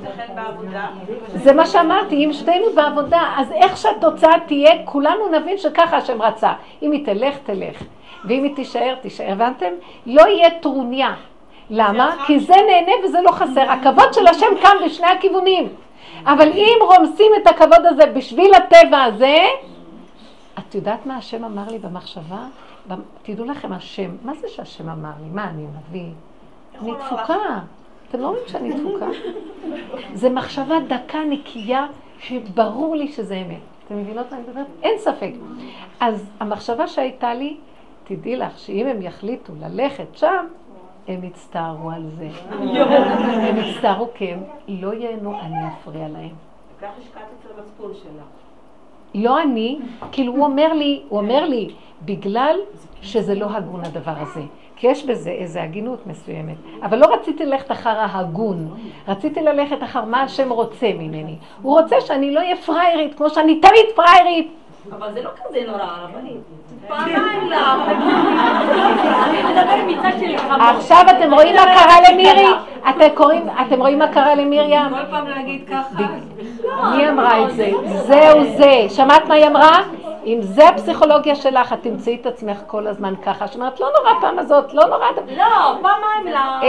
Speaker 1: זה מה שאמרתי, אם שתינו בעבודה, אז איך שהתוצאה תהיה, כולנו נבין שככה השם רצה. אם היא תלך, תלך. ואם היא תישאר, תישאר. הבנתם? לא יהיה טרוניה. למה? כי זה נהנה וזה לא חסר. הכבוד של השם כאן בשני הכיוונים. אבל אם רומסים את הכבוד הזה בשביל הטבע הזה, את יודעת מה השם אמר לי במחשבה? תדעו לכם השם, מה זה שהשם אמר לי? מה, אני נביא? אני דפוקה. אתם לא רואים שאני דפוקה? זה מחשבה דקה נקייה שברור לי שזה אמת. אתם מבינות מה אני מדברת? אין ספק. אז המחשבה שהייתה לי, תדעי לך שאם הם יחליטו ללכת שם, הם יצטערו על זה. הם יצטערו כי הם לא ייהנו, אני אפריע להם.
Speaker 4: כך השקעת את המצפון שלה.
Speaker 1: לא אני, כאילו הוא אומר לי, בגלל שזה לא הגון הדבר הזה. כי יש בזה איזו הגינות מסוימת. אבל לא רציתי ללכת אחר ההגון, רציתי ללכת אחר מה השם רוצה ממני. הוא רוצה שאני לא אהיה פריירית, כמו שאני תמיד פריירית.
Speaker 4: אבל זה לא כזה נורא, רבנית. פעמיים לה. אני מדבר מצד שלי.
Speaker 1: עכשיו אתם רואים מה קרה למירי? אתם רואים מה קרה למרים?
Speaker 4: כל פעם להגיד ככה.
Speaker 1: מי אמרה את זה? זהו זה. שמעת מה היא אמרה? אם זה הפסיכולוגיה שלך, את תמצאי את עצמך כל הזמן ככה. שאומרת, לא נורא פעם הזאת, לא נורא.
Speaker 4: לא, פעמיים לה.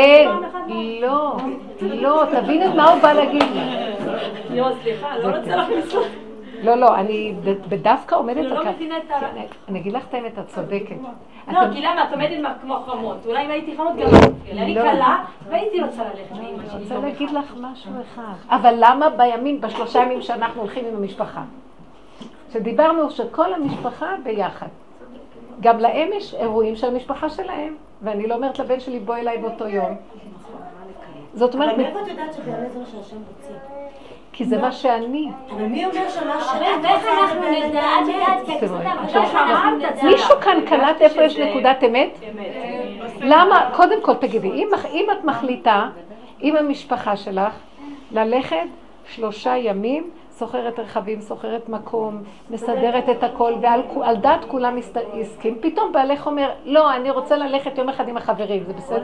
Speaker 1: לא, תבינו מה הוא בא להגיד לי.
Speaker 4: סליחה, לא רוצה לך מסלול.
Speaker 1: לא, אני בדווקא עומדת...
Speaker 4: לא מבינה את ה...
Speaker 1: אני אגיד לך את האמת, את צודקת.
Speaker 4: לא, כי למה? את עומדת כמו חמות. אולי אם הייתי חמות גם... אני קלה, והייתי רוצה ללכת.
Speaker 1: אני רוצה להגיד לך משהו אחד. אבל למה בימים, בשלושה ימים שאנחנו הולכים עם המשפחה? שדיברנו שכל המשפחה ביחד. גם להם יש אירועים של המשפחה שלהם. ואני לא אומרת לבן שלי בוא אליי באותו יום. זאת אומרת...
Speaker 5: אבל מאיפה את יודעת שבאמת זה מה שהשם רוצה?
Speaker 1: כי זה מה שאני.
Speaker 5: אבל מי אומר שמה שאני...
Speaker 2: ואיך אנחנו נדע? את יודעת,
Speaker 1: מישהו כאן קלט איפה יש נקודת אמת? למה? קודם כל תגידי, אם את מחליטה עם המשפחה שלך ללכת 3 ימים, סוחרת רכבים, סוחרת מקום, מסדרת את הכל, ועל דעת כולם הסכים, פתאום בעלך אומר, לא, אני רוצה ללכת יום אחד עם החברים, זה בסדר?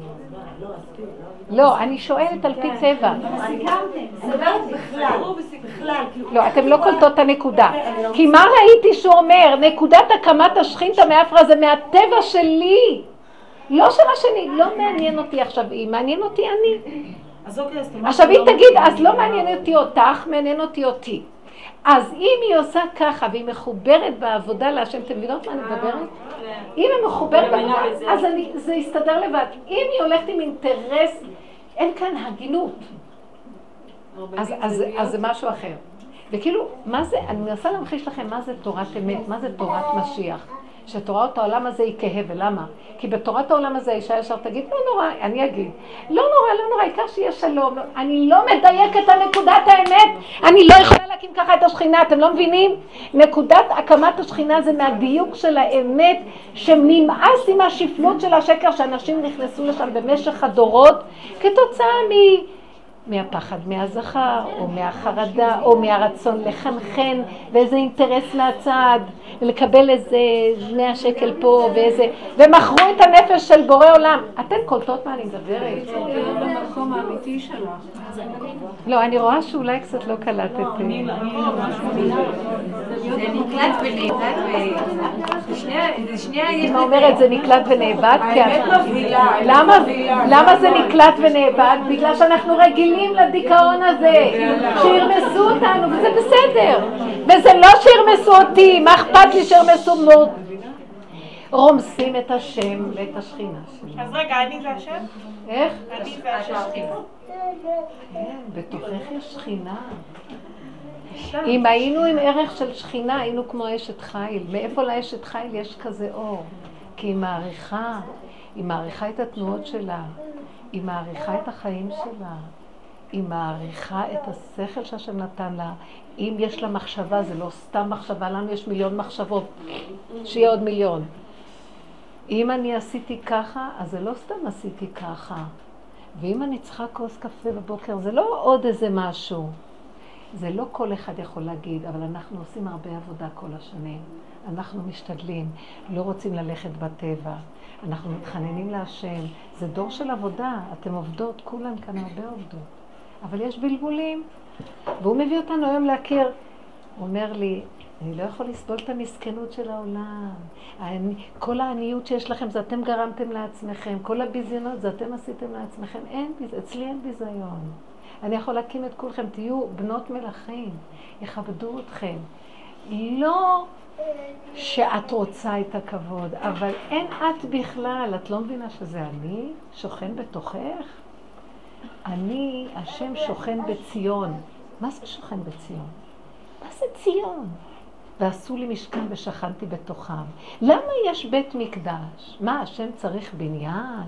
Speaker 1: לא, אני שואלת על פי טבע. לא, אתם לא קולטות את הנקודה. כי מה ראיתי שהוא אומר? נקודת הקמת השכינתא מאפרה זה מהטבע שלי. לא של השני, לא מעניין אותי עכשיו היא, מעניין אותי אני. עכשיו היא תגיד, אז לא מעניין אותי אותך, מעניין אותי אותי. אז אם היא עושה ככה והיא מחוברת בעבודה להשם, אתם מבינות מה אני מדברת? אם היא מחוברת בעבודה, אז זה יסתדר לבד. אם היא הולכת עם אינטרס, אין כאן הגינות. אז זה משהו אחר. וכאילו, מה זה, אני מנסה להמחיש לכם מה זה תורת אמת, מה זה תורת משיח. שתורת העולם הזה היא כהה, ולמה? כי בתורת העולם הזה האישה ישר תגיד, לא נורא, אני אגיד, לא נורא, העיקר שיהיה שלום, אני לא מדייקת את נקודת האמת, אני לא יכולה להקים ככה את השכינה, אתם לא מבינים? נקודת הקמת השכינה זה מהדיוק של האמת, שנמאס עם השפלות של השקר שאנשים נכנסו לשם במשך הדורות, כתוצאה מהפחד מהזכר, או מהחרדה, או מהרצון לחנכן, ואיזה אינטרס מהצד, ולקבל איזה 100 שקל פה, ואיזה... ומכרו את הנפש של בורא עולם. אתן קולטות מה אני מדברת?
Speaker 3: זה במקום האמיתי שלך.
Speaker 1: לא, אני רואה שאולי קצת לא קלטת.
Speaker 4: זה נקלט ונאבד
Speaker 1: אמא אומרת זה נקלט ונאבד? למה זה נקלט ונאבד? בגלל שאנחנו רגילים לדיכאון הזה, שירמסו אותנו, וזה בסדר. וזה לא שירמסו אותי, מה אכפת לי שירמסו מאוד? רומסים את השם ואת השכינה שלי.
Speaker 3: אז רגע, אני זה השם?
Speaker 1: איך?
Speaker 3: אני זה השם.
Speaker 1: כן, בתוכך יש שכינה. אם היינו עם ערך של שכינה, היינו כמו אשת חיל. מאיפה לאשת חיל יש כזה אור? כי היא מעריכה את התנועות שלה, היא מעריכה את החיים שלה, היא מעריכה את השכל שהשם נתן לה. אם יש לה מחשבה, זה לא סתם מחשבה, לנו יש 1,000,000 מחשבות, שיהיה עוד 1,000,000. אם אני עשיתי ככה, אז זה לא סתם עשיתי ככה. ואם אני צריכה כוס קפה בבוקר, זה לא עוד איזה משהו. זה לא כל אחד יכול להגיד, אבל אנחנו עושים הרבה עבודה כל השנים. אנחנו משתדלים, לא רוצים ללכת בטבע. אנחנו מתחננים להשם. זה דור של עבודה, אתם עובדות, כולם כאן הרבה עובדות. אבל יש בלבולים. והוא מביא אותנו היום להכיר. הוא אומר לי, אני לא יכול לסבול את המסכנות של העולם. כל העניות שיש לכם זה אתם גרמתם לעצמכם. כל הביזיונות זה אתם עשיתם לעצמכם. אצלי אין ביזיון. אני יכול להקים את כולכם, תהיו בנות מלכים, יכבדו אתכם. לא שאת רוצה את הכבוד, אבל אין את בכלל. את לא מבינה שזה אני שוכן בתוכך? אני, השם שוכן בציון. מה זה שוכן בציון? מה זה ציון? ועשו לי משכן ושכנתי בתוכם. למה יש בית מקדש? מה, השם צריך בניין?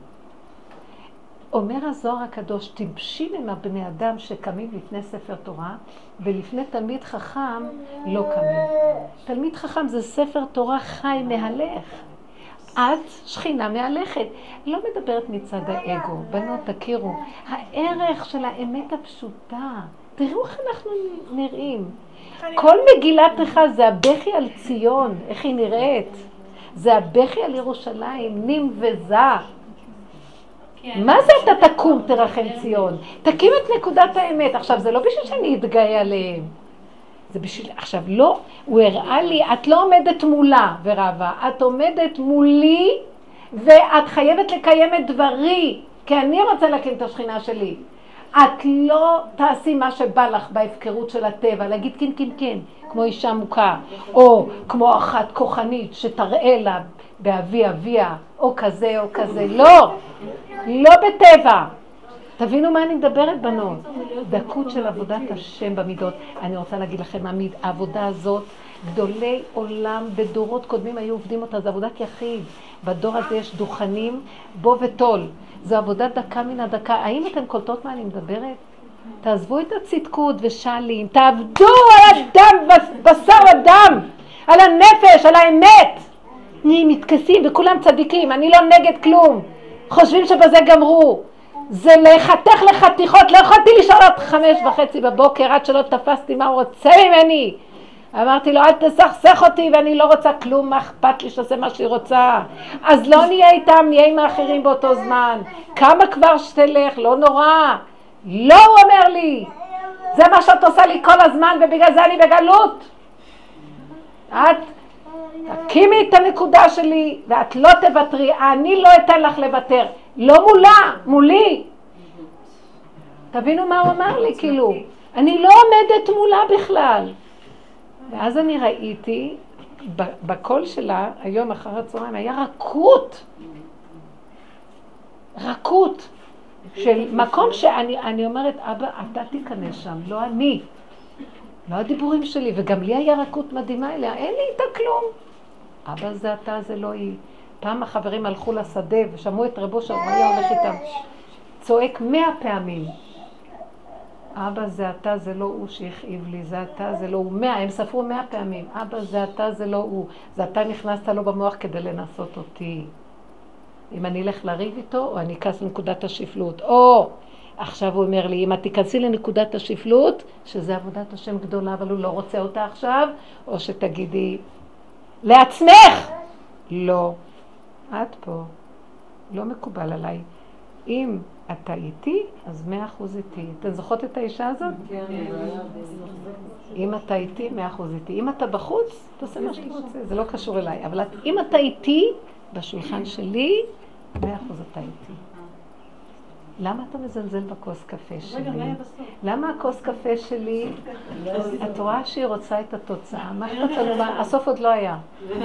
Speaker 1: אומר הזוהר הקדוש, טיפשים הם הבני אדם שקמים לפני ספר תורה, ולפני תלמיד חכם לא קמים. תלמיד חכם זה ספר תורה חי מהלך. את שכינה מהלכת. לא מדברת מצד האגו. בנות, תכירו. הערך של האמת הפשוטה. תראו איך אנחנו נראים. כל מגילת איכה זה הבכי על ציון. איך היא נראית? זה הבכי על ירושלים, נים וזה. מה זה אתה תקום תרחם ציון? תקים את נקודת האמת. עכשיו זה לא בשביל שאני אתגאה עליהם. זה בשביל, עכשיו לא, הוא הראה לי, את לא עומדת מולה ורבה, את עומדת מולי ואת חייבת לקיים את דברי, כי אני רוצה להקים את השכינה שלי. את לא תעשי מה שבא לך בהפקרות של הטבע, להגיד כן כן כן, כמו אישה מוכה, או כמו אחת כוחנית שתראה לה באבי אביה, או כזה או כזה, לא, לא בטבע. תבינו מה אני מדברת בנות. דקות של עבודת השם במידות. אני רוצה להגיד לכם, העבודה הזאת, גדולי עולם בדורות קודמים היו עובדים אותה, זה עבודת יחיד. בדור הזה יש דוכנים, בו וטול. זו עבודת דקה מן הדקה. האם אתן קולטות מה אני מדברת? תעזבו את הצדקות ושאלים, תעבדו על הדם, בשר הדם, על הנפש, על האמת. מתכסים וכולם צדיקים, אני לא נגד כלום. חושבים שבזה גמרו. זה לחתך לחתיכות, לא יכולתי לשאול עוד 5:30 בבוקר עד שלא תפסתי מה הוא רוצה ממני. אמרתי לו, אל תסכסך אותי ואני לא רוצה כלום, מה אכפת לי שעושה מה שהיא רוצה. אז לא נהיה איתם, נהיה עם האחרים באותו זמן. כמה כבר שתלך, לא נורא. לא, הוא אומר לי, זה מה שאת עושה לי כל הזמן ובגלל זה אני בגלות. את תקימי את הנקודה שלי ואת לא תוותרי, אני לא אתן לך לוותר. לא מולה, מולי. תבינו מה הוא אמר לי, כאילו. אני לא עומדת מולה בכלל. ואז אני ראיתי, בקול שלה, היום אחר הצהריים, היה רכות. של מקום שאני אומרת, אבא, אתה תיכנס שם, לא אני. לא הדיבורים שלי, וגם לי היה רכות מדהימה אליה, אין לי איתה כלום. אבא זה אתה, זה לא היא. פעם החברים הלכו לשדה ושמעו את רבו שם, הוא היה הולך איתם. צועק 100 פעמים. אבא זה אתה, זה לא הוא שהכאיב לי, זה אתה, זה לא הוא. 100, הם ספרו 100 פעמים. אבא זה אתה, זה לא הוא. זה אתה נכנסת לו במוח כדי לנסות אותי. אם אני אלך לריב איתו, או אני אכנס לנקודת השפלות. או, עכשיו הוא אומר לי, אם את תיכנסי לנקודת השפלות, שזה עבודת השם גדולה, אבל הוא לא רוצה אותה עכשיו, או שתגידי, לעצמך! לא. את פה. לא מקובל עליי. אם אתה איתי, אז 100% איתי. אתן זוכרות את האישה הזאת? כן. אם אתה איתי, 100% איתי. אם אתה בחוץ, תעשה מה שאתה רוצה. זה לא קשור אליי. אבל אם אתה איתי, בשולחן שלי, 100% אתה איתי. למה אתה מזלזל בכוס קפה שלי? למה הכוס קפה שלי, את רואה שהיא רוצה את התוצאה? מה אכפת לנו? הסוף עוד לא היה.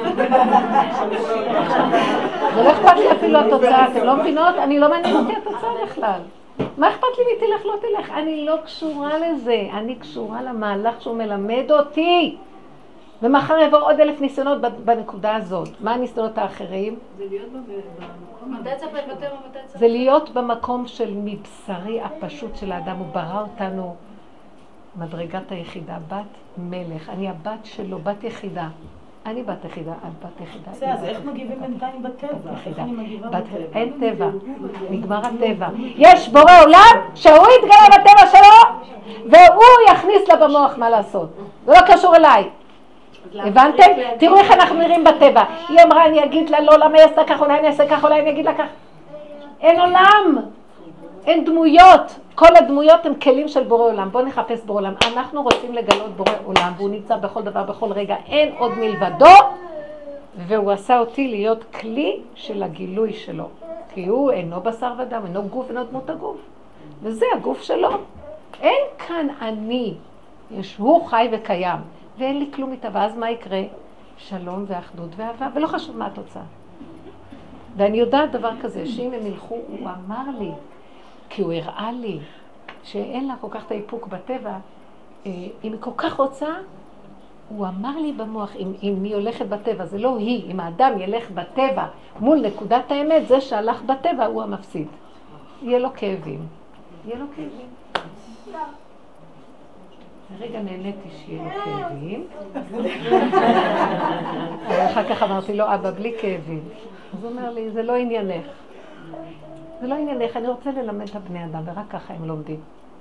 Speaker 1: זה לא אכפת לי אפילו התוצאה, אתם לא מבינות? אני לא מעניין אותי התוצאה בכלל. מה אכפת לי מי תלך לא תלך? אני לא קשורה לזה, אני קשורה למהלך שהוא מלמד אותי. ומחר יבוא עוד 1000 ניסיונות בנקודה הזאת. מה הניסיונות האחרים?
Speaker 4: זה להיות במקום. מתי צריך לוותר ומתי צריך?
Speaker 1: זה להיות במקום של מבשרי הפשוט של האדם. הוא ברא אותנו מדרגת היחידה, בת מלך. אני הבת שלו, בת יחידה. אני בת יחידה, את בת יחידה.
Speaker 5: אז איך מגיבים בינתיים בטבע? איך אני מגיבה בטבע?
Speaker 1: אין טבע, נגמר הטבע. יש בורא עולם שהוא יתגלה בטבע שלו, והוא יכניס לה במוח מה לעשות. זה לא קשור אליי. הבנתם? תראו איך אנחנו נראים בטבע. היא אמרה, אני אגיד לה לא, למה היא עשתה כך, אולי אני אעשה כך, אולי אני אגיד לה כך. אין עולם, אין דמויות. כל הדמויות הם כלים של בורא עולם. בואו נחפש בורא עולם. אנחנו רוצים לגלות בורא עולם, והוא נמצא בכל דבר, בכל רגע. אין עוד מלבדו, והוא עשה אותי להיות כלי של הגילוי שלו. כי הוא אינו בשר ודם, אינו גוף, אינו דמות הגוף. וזה הגוף שלו. אין כאן אני, הוא חי וקיים. ואין לי כלום איתה, ואז מה יקרה? שלום ואחדות ואהבה, ולא חשוב מה התוצאה. ואני יודעת דבר כזה, שאם הם ילכו, הוא אמר לי, כי הוא הראה לי, שאין לה כל כך את האיפוק בטבע, אם היא כל כך רוצה, הוא אמר לי במוח, אם היא הולכת בטבע, זה לא היא, אם האדם ילך בטבע מול נקודת האמת, זה שהלך בטבע הוא המפסיד. יהיה לו כאבים. יהיה לו כאבים. רגע נהניתי שיהיה לו כאבים. אחר כך אמרתי לו, אבא, בלי כאבים. אז הוא אומר לי, זה לא עניינך. זה לא עניינך, אני רוצה ללמד את הבני אדם, ורק ככה הם לומדים.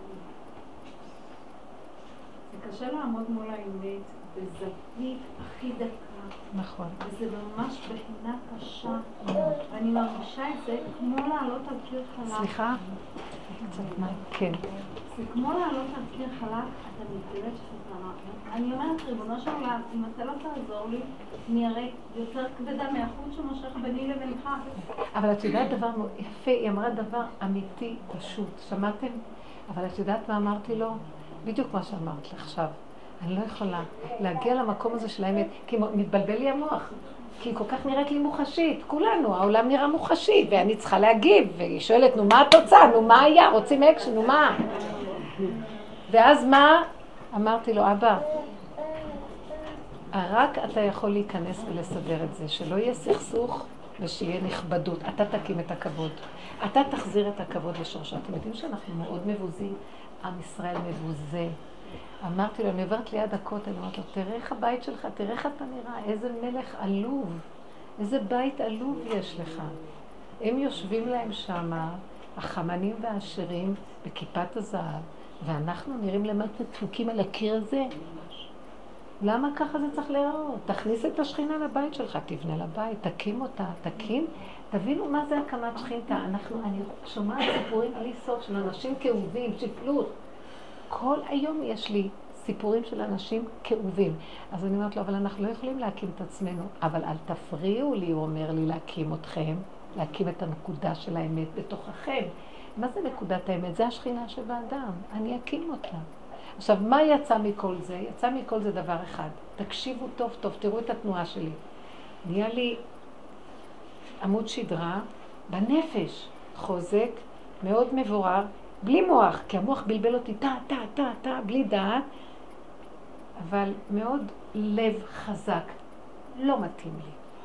Speaker 2: זה קשה לעמוד מול האמת בזווית הכי דקה.
Speaker 1: נכון.
Speaker 2: וזה ממש בחינה קשה. ואני מרגישה את זה כמו לעלות על קיר חלק.
Speaker 1: סליחה? קצת מים. כן.
Speaker 2: זה כמו לעלות על קיר חלק, אתה מתגלת שזה רע. אני אומרת, ריבונו של עולם, אם אתה לא תעזור לי, אני הרי יותר כבדה מהחוט שמושך ביני לבינך.
Speaker 1: אבל את יודעת דבר יפה, היא אמרה דבר אמיתי פשוט. שמעתם? אבל את יודעת מה אמרתי לו? בדיוק מה שאמרת לך עכשיו. אני לא יכולה להגיע למקום הזה של האמת, כי מתבלבל לי המוח. כי היא כל כך נראית לי מוחשית, כולנו, העולם נראה מוחשי, ואני צריכה להגיב, והיא שואלת, נו מה התוצאה, נו מה היה, רוצים אקשן, נו מה? ואז מה? אמרתי לו, אבא, רק אתה יכול להיכנס ולסדר את זה, שלא יהיה סכסוך ושיהיה נכבדות, אתה תקים את הכבוד, אתה תחזיר את הכבוד לשורשו. אתם יודעים שאנחנו מאוד מבוזים, עם ישראל מבוזה. אמרתי לו, אני עוברת ליד הכותל, אני אומרת לו, תראה איך הבית שלך, תראה איך אתה נראה, איזה מלך עלוב, איזה בית עלוב יש לך. הם יושבים להם שמה, החמנים והעשירים, בכיפת הזהב, ואנחנו נראים למטה דפוקים על הקיר הזה. למה ככה זה צריך להיראות? תכניס את השכינה לבית שלך, תבנה לבית, תקים אותה, תקים. תבינו מה זה הקמת שכינתה. אני שומעת סיפורים בלי סוף של אנשים כאובים, שפלות. כל היום יש לי סיפורים של אנשים כאובים. אז אני אומרת לו, אבל אנחנו לא יכולים להקים את עצמנו. אבל אל תפריעו לי, הוא אומר לי, להקים אתכם, להקים את הנקודה של האמת בתוככם. מה זה נקודת האמת? זה השכינה שבאדם. אני אקים אותה. עכשיו, מה יצא מכל זה? יצא מכל זה דבר אחד. תקשיבו טוב טוב, תראו את התנועה שלי. נהיה לי עמוד שדרה בנפש, חוזק, מאוד מבורר, בלי מוח, כי המוח בלבל אותי, בלי דעת, אבל מאוד לב חזק, לא מתאים לי.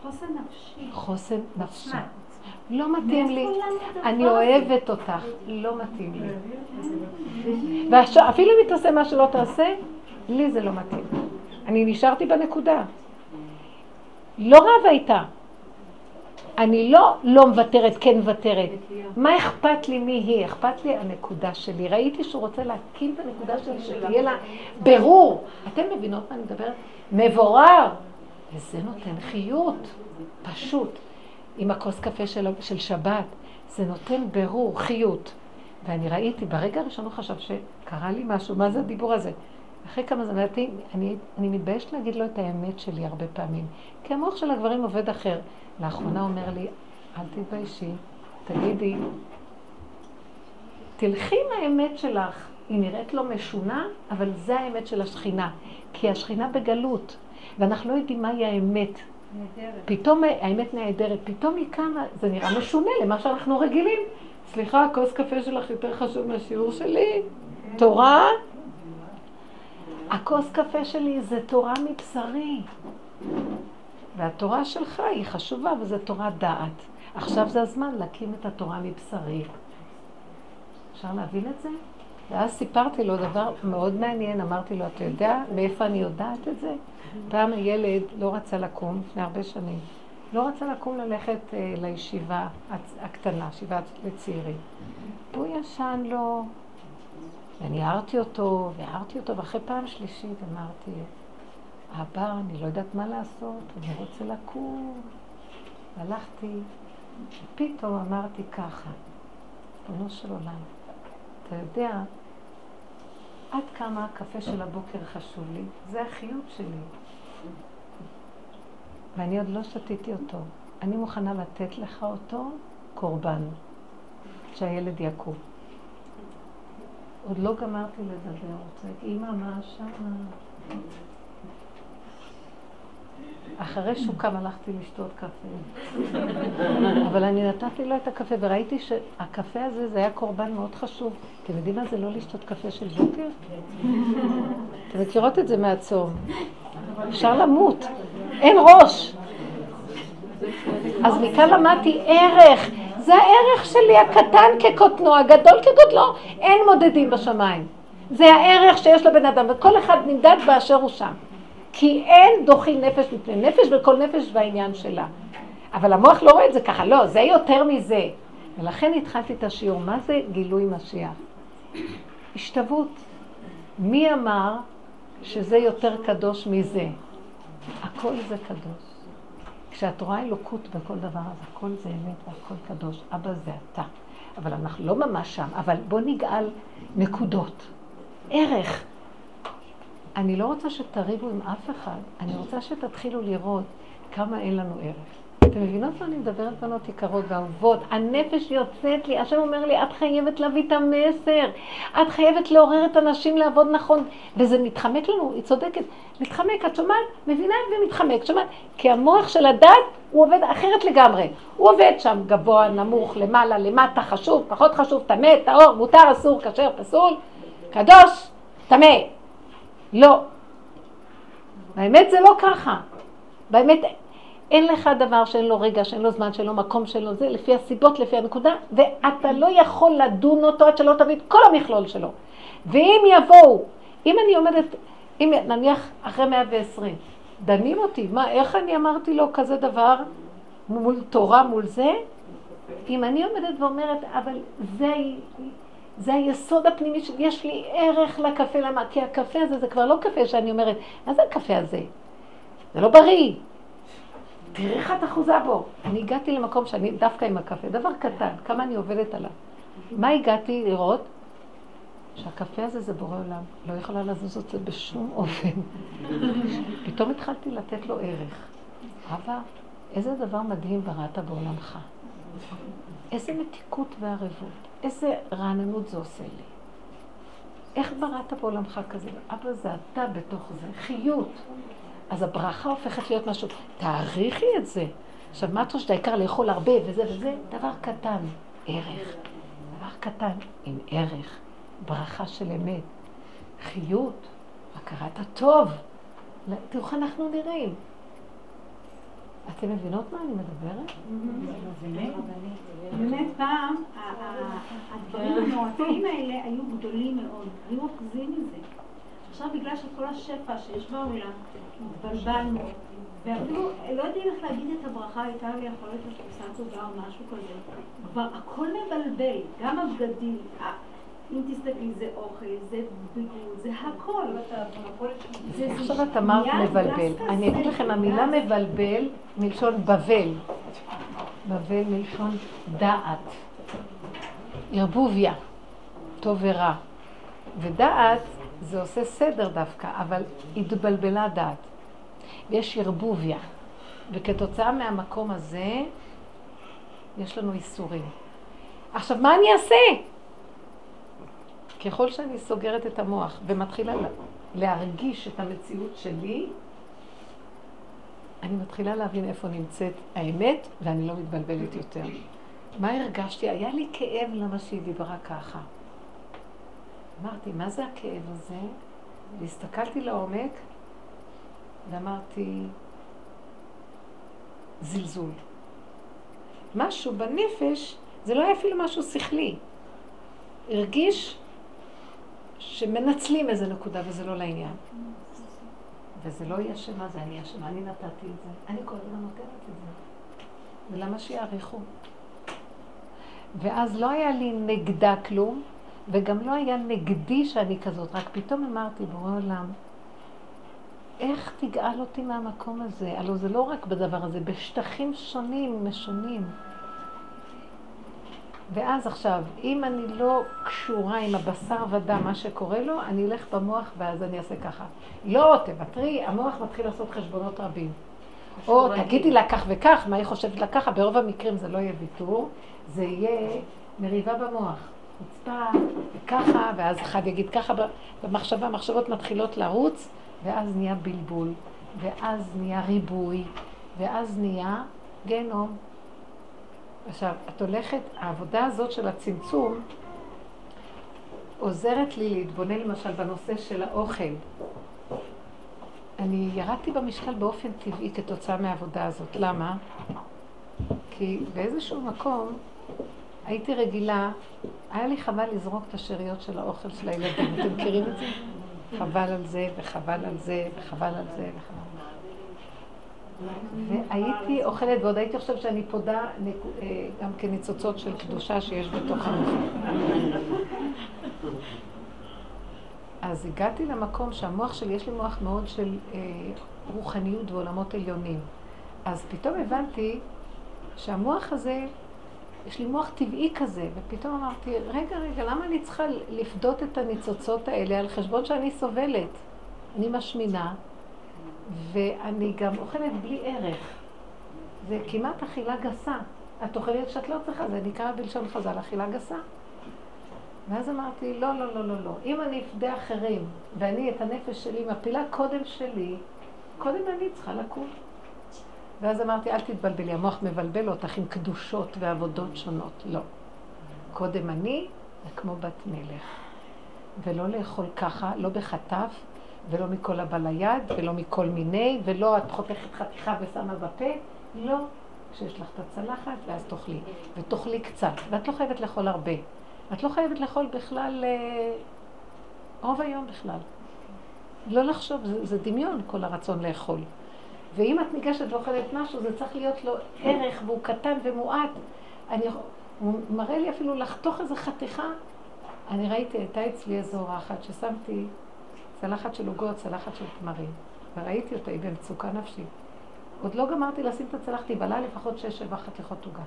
Speaker 2: חוסן נפשי.
Speaker 1: חוסן נפשי. לא מתאים לי, אני אוהבת אותך, לא מתאים לי. ואפילו אם תעשה מה שלא תעשה, לי זה לא מתאים. אני נשארתי בנקודה. לא רבה איתה. אני לא מוותרת, כן מוותרת. מה אכפת לי מי היא? אכפת לי הנקודה שלי. ראיתי שהוא רוצה להקים את הנקודה שלי, שתהיה לה ברור. אתם מבינות מה אני מדברת? מבורר. וזה נותן חיות, פשוט. עם הכוס קפה של שבת, זה נותן ברור, חיות. ואני ראיתי, ברגע הראשון הוא חשב שקרה לי משהו, מה זה הדיבור הזה? אחרי כמה זמן, אני מתביישת להגיד לו את האמת שלי הרבה פעמים. כי המוח של הגברים עובד אחר. לאחרונה אומר לי, אל תתביישי, תגידי, תלכי עם האמת שלך. היא נראית לא משונה, אבל זה האמת של השכינה. כי השכינה בגלות, ואנחנו לא יודעים מהי האמת. פתאום האמת נהדרת, פתאום היא כמה, זה נראה משונה למה שאנחנו רגילים. סליחה, הכוס קפה שלך יותר חשוב מהשיעור שלי? תורה? הכוס קפה שלי זה תורה מבשרי. והתורה שלך היא חשובה, וזה תורה דעת. עכשיו זה הזמן להקים את התורה מבשרי. אפשר להבין את זה? ואז סיפרתי לו דבר מאוד מעניין, אמרתי לו, אתה יודע מאיפה אני יודעת את זה? פעם הילד לא רצה לקום, לפני הרבה שנים, לא רצה לקום ללכת לישיבה הקטנה, ישיבה לצעירים. הוא ישן לו, ואני הערתי אותו, ואחרי פעם שלישית אמרתי, אבא, אני לא יודעת מה לעשות, אני רוצה לקום. הלכתי, ופתאום אמרתי ככה, ריבונו של עולם, אתה יודע, עד כמה הקפה של הבוקר חשוב לי, זה החיות שלי. ואני עוד לא שתיתי אותו. אני מוכנה לתת לך אותו קורבן, שהילד יקום. עוד לא גמרתי לדבר, אמא, מה השעה? אחרי שהוא קם הלכתי לשתות קפה. אבל אני נתתי לו את הקפה וראיתי שהקפה הזה זה היה קורבן מאוד חשוב. אתם יודעים מה זה לא לשתות קפה של בוקר? אתם מכירות את זה מהצום. אפשר למות. אין ראש. אז מכאן למדתי ערך. זה הערך שלי הקטן כקוטנו, הגדול כגודלו. אין מודדים בשמיים. זה הערך שיש לבן אדם וכל אחד נמדד באשר הוא שם. כי אין דוחי נפש מפני נפש וכל נפש בעניין שלה. אבל המוח לא רואה את זה ככה, לא, זה יותר מזה. ולכן התחלתי את השיעור, מה זה גילוי משיח? השתוות. מי אמר שזה יותר קדוש מזה? הכל זה קדוש. כשאת רואה אלוקות בכל דבר, אז הכל זה אמת והכל קדוש. אבא זה אתה. אבל אנחנו לא ממש שם, אבל בוא נגאל נקודות. ערך. אני לא רוצה שתריבו עם אף אחד, אני רוצה שתתחילו לראות כמה אין לנו ערך. אתם מבינות מה אני מדברת בנות יקרות ואהובות? הנפש יוצאת לי, השם אומר לי, את חייבת להביא את המסר, את חייבת לעורר את הנשים לעבוד נכון, וזה מתחמק לנו, היא צודקת, מתחמק, את שומעת? מבינה ומתחמק, שומעת? כי המוח של הדת הוא עובד אחרת לגמרי, הוא עובד שם גבוה, נמוך, למעלה, למטה, חשוב, פחות חשוב, טמא, טהור, מותר, אסור, כשר, פסול, קדוש, טמא. לא. באמת זה לא ככה. באמת אין לך דבר שאין לו רגע, שאין לו זמן, שאין לו מקום, שאין לו זה, לפי הסיבות, לפי הנקודה, ואתה לא יכול לדון אותו עד שלא תביא את כל המכלול שלו. ואם יבואו, אם אני עומדת, אם נניח אחרי 120, דנים אותי, מה, איך אני אמרתי לו כזה דבר מול תורה, מול זה? אם אני עומדת ואומרת, אבל זה היסוד הפנימי שיש לי ערך לקפה, למה? כי הקפה הזה זה כבר לא קפה שאני אומרת, מה זה הקפה הזה? זה לא בריא. תראי איך את אחוזה בו. אני הגעתי למקום שאני דווקא עם הקפה, דבר קטן, כמה אני עובדת עליו. מה הגעתי לראות? שהקפה הזה זה בורא עולם, לא יכולה לזוז את זה בשום אופן. פתאום התחלתי לתת לו ערך. אבא, איזה דבר מדהים בראת בעולמך. איזה מתיקות וערבות. איזה רעננות זה עושה לי. איך בראת בעולמך כזה? אבא זה אתה בתוך זה, חיות. אז הברכה הופכת להיות משהו. תעריכי את זה. עכשיו, מה אתה שאתה העיקר לאכול הרבה וזה וזה? דבר קטן, ערך. דבר קטן עם ערך. ברכה של אמת. חיות. הכרת הטוב. תראו איך אנחנו נראים. אתם מבינות מה אני מדברת?
Speaker 2: באמת פעם, הדברים המועטים האלה היו גדולים מאוד, היו אוחזים מזה. עכשיו בגלל שכל השפע שיש בעולם, התבלבלנו, ואפילו לא יודעים איך להגיד את הברכה, הייתה לי יכולת לתפוסה טובה או משהו כזה. כבר הכל מבלבל, גם הבגדים, אם תסתכלי זה אוכל, זה ביגוד, זה הכל.
Speaker 1: עכשיו את אמרת מבלבל. אני אגיד לכם, המילה מבלבל מלשון בבל. בבל מלשון דעת. ערבוביה, טוב ורע. ודעת זה עושה סדר דווקא, אבל התבלבלה דעת. ויש ערבוביה. וכתוצאה מהמקום הזה, יש לנו איסורים. עכשיו, מה אני אעשה? ככל שאני סוגרת את המוח ומתחילה להרגיש את המציאות שלי, אני מתחילה להבין איפה נמצאת האמת, ואני לא מתבלבלת יותר. מה הרגשתי? היה לי כאב למה שהיא דיברה ככה. אמרתי, מה זה הכאב הזה? והסתכלתי לעומק, ואמרתי, זלזול. משהו בנפש, זה לא היה אפילו משהו שכלי. הרגיש שמנצלים איזה נקודה, וזה לא לעניין. וזה לא יהיה שמה, זה אני אשמה, אני נתתי את זה. אני כל הזמן נותנת את זה. ולמה שיעריכו? ואז לא היה לי נגדה כלום, וגם לא היה נגדי שאני כזאת, רק פתאום אמרתי, בורא עולם, איך תגאל אותי מהמקום הזה? הלוא זה לא רק בדבר הזה, בשטחים שונים, משונים. ואז עכשיו, אם אני לא קשורה עם הבשר ודם, מה שקורה לו, אני אלך במוח ואז אני אעשה ככה. לא, תוותרי, המוח מתחיל לעשות חשבונות רבים. או תגידי לה כך וכך, מה היא חושבת לה ככה, ברוב המקרים זה לא יהיה ויתור, זה יהיה מריבה במוח. חוצפה, ככה, ואז אחד יגיד ככה, במחשבה, המחשבות מתחילות לרוץ, ואז נהיה בלבול, ואז נהיה ריבוי, ואז נהיה גיהנום. עכשיו, את הולכת, העבודה הזאת של הצמצום עוזרת לי להתבונן למשל בנושא של האוכל. אני ירדתי במשקל באופן טבעי כתוצאה מהעבודה הזאת. למה? כי באיזשהו מקום הייתי רגילה, היה לי חבל לזרוק את השאריות של האוכל של הילדים. אתם מכירים את זה? חבל על זה, וחבל על זה, וחבל על זה, וחבל. והייתי אוכלת, ועוד הייתי חושבת שאני פודה גם כניצוצות של קדושה שיש בתוך המוח. אז הגעתי למקום שהמוח שלי, יש לי מוח מאוד של רוחניות ועולמות עליונים. אז פתאום הבנתי שהמוח הזה, יש לי מוח טבעי כזה, ופתאום אמרתי, רגע, למה אני צריכה לפדות את הניצוצות האלה על חשבון שאני סובלת? אני משמינה, ואני גם אוכלת בלי ערך. זה כמעט אכילה גסה. את אוכלת שאת לא צריכה, זה נקרא בלשון חז"ל, אכילה גסה. ואז אמרתי, לא. אם אני אפדה אחרים, ואני את הנפש שלי מפילה קודם שלי, קודם אני צריכה לקום. ואז אמרתי, אל תתבלבלי, המוח מבלבל אותך עם קדושות ועבודות שונות. לא. קודם אני, כמו בת מלך. ולא לאכול ככה, לא בחטף, ולא מכל הבא ליד, ולא מכל מיני, ולא את חותכת חתיכה ושמה בפה. לא. כשיש לך את הצלחת, ואז תאכלי. ותאכלי קצת. ואת לא חייבת לאכול הרבה. את לא חייבת לאכול בכלל, רוב היום בכלל. לא לחשוב, זה דמיון כל הרצון לאכול. ואם את ניגשת ואוכלת משהו, זה צריך להיות לו ערך, והוא קטן ומועט. הוא מראה לי אפילו לחתוך איזו חתיכה. אני ראיתי, הייתה אצלי איזו אחת ששמתי צלחת של עוגות, צלחת של תמרים. וראיתי אותה, היא במצוקה נפשית. עוד לא גמרתי לשים את הצלחת, היא בלה לפחות 6-7 חתיכות עוגה.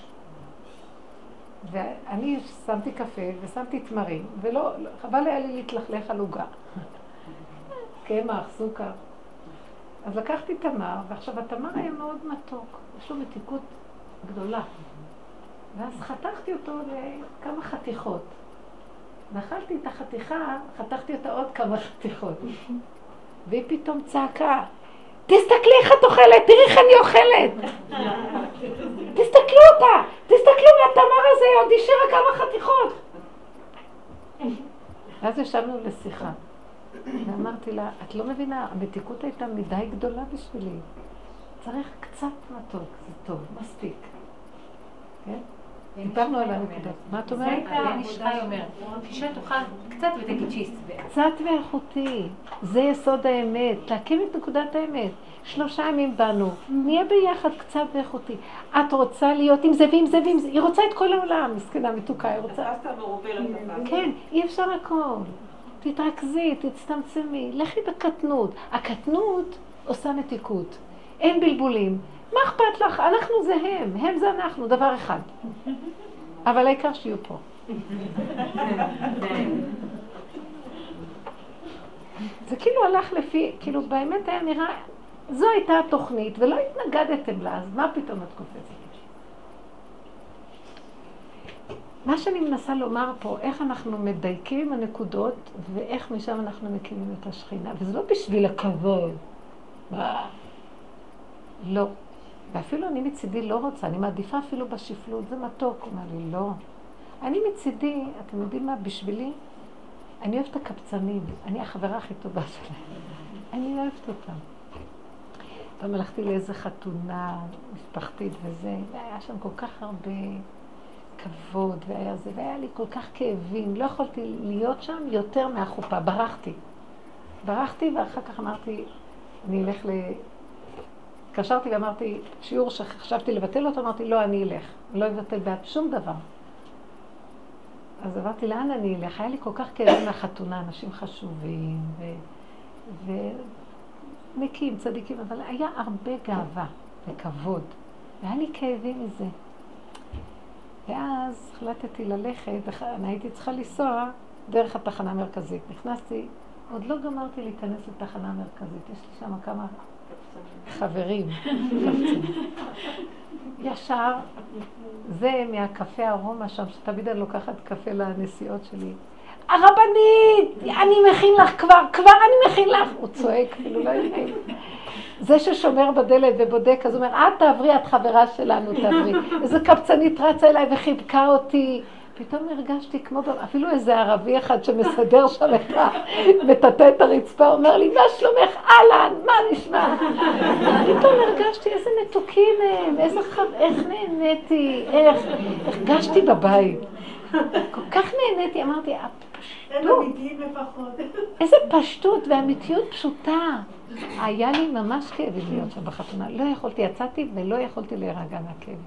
Speaker 1: ואני שמתי קפה ושמתי תמרים, ולא, חבל היה לי להתלכלך על עוגה. קמח, סוכר. אז לקחתי תמר, ועכשיו התמר היה מאוד מתוק. יש לו מתיקות גדולה. ואז חתכתי אותו לכמה חתיכות. ואכלתי את החתיכה, חתכתי אותה עוד כמה חתיכות. והיא פתאום צעקה, תסתכלי איך את אוכלת, תראי איך אני אוכלת. תסתכלו אותה, תסתכלו מהתמר הזה, עוד השאירה כמה חתיכות. ואז ישבנו לשיחה. ואמרתי לה, את לא מבינה, המתיקות הייתה מדי גדולה בשבילי. צריך קצת מתוק, זה טוב, מספיק. כן? דיברנו על הנקודות. מה את אומרת?
Speaker 6: בן איש חי אומר, שאישה תאכל קצת ותגיד שהיא שבעה.
Speaker 1: קצת ואיכותי. זה יסוד האמת. להקים את נקודת האמת. 3 ימים באנו. נהיה ביחד קצת ואיכותי. את רוצה להיות עם זה ועם זה ועם זה. היא רוצה את כל העולם. מסכנה מתוקה, היא רוצה. כן, אי אפשר הכל. תתרכזי, תצטמצמי. לכי בקטנות. הקטנות עושה מתיקות. אין בלבולים. מה אכפת לך? אנחנו זה הם זה אנחנו, דבר אחד. אבל העיקר שיהיו פה. זה כאילו הלך לפי, כאילו באמת היה נראה, זו הייתה התוכנית ולא התנגדתם לה, אז מה פתאום את קופצת? מה שאני מנסה לומר פה, איך אנחנו מדייקים עם הנקודות ואיך משם אנחנו מקימים את השכינה, וזה לא בשביל הכבוד. לא. ואפילו אני מצידי לא רוצה, אני מעדיפה אפילו בשפלות, זה מתוק, הוא אומר לי, לא. אני מצידי, אתם יודעים מה, בשבילי, אני אוהבת הקבצנים, אני החברה הכי טובה שלהם. אני לא אוהבת אותם. פעם הלכתי לאיזה חתונה משפחתית וזה, והיה שם כל כך הרבה כבוד, והיה זה, והיה לי כל כך כאבים, לא יכולתי להיות שם יותר מהחופה, ברחתי ואחר כך אמרתי, אני אלך התקשרתי ואמרתי, שיעור שחשבתי לבטל אותו, אמרתי, לא, אני אלך. לא אבטל בעד שום דבר. אז אמרתי, לאן אני אלך? היה לי כל כך כאבים מהחתונה, אנשים חשובים ונקים, צדיקים, אבל היה הרבה גאווה וכבוד. והיה לי כאבים מזה. ואז החלטתי ללכת, אני הייתי צריכה לנסוע דרך התחנה המרכזית. נכנסתי, עוד לא גמרתי להיכנס לתחנה המרכזית. יש לי שם כמה חברים. ישר, זה מהקפה ארומה שם, שתמיד אני לוקחת קפה לנסיעות שלי. הרבנית, אני מכין לך כבר אני מכין לך. הוא צועק, כאילו לא יודעים. זה ששומר בדלת ובודק, אז הוא אומר, את תעברי, את חברה שלנו, תעברי. איזו קבצנית רצה אליי וחיבקה אותי. פתאום הרגשתי כמו, אפילו איזה ערבי אחד שמסדר שם מטאטא את הרצפה, אומר לי, מה שלומך? אהלן, מה נשמע? פתאום הרגשתי איזה מתוקים הם, איך נהניתי, איך הרגשתי בבית. כל כך נהניתי, אמרתי, הפשטות. איזה פשטות ואמיתיות פשוטה. היה לי ממש כאבים להיות שם בחתונה. לא יכולתי, יצאתי ולא יכולתי להירגע מהכאבים.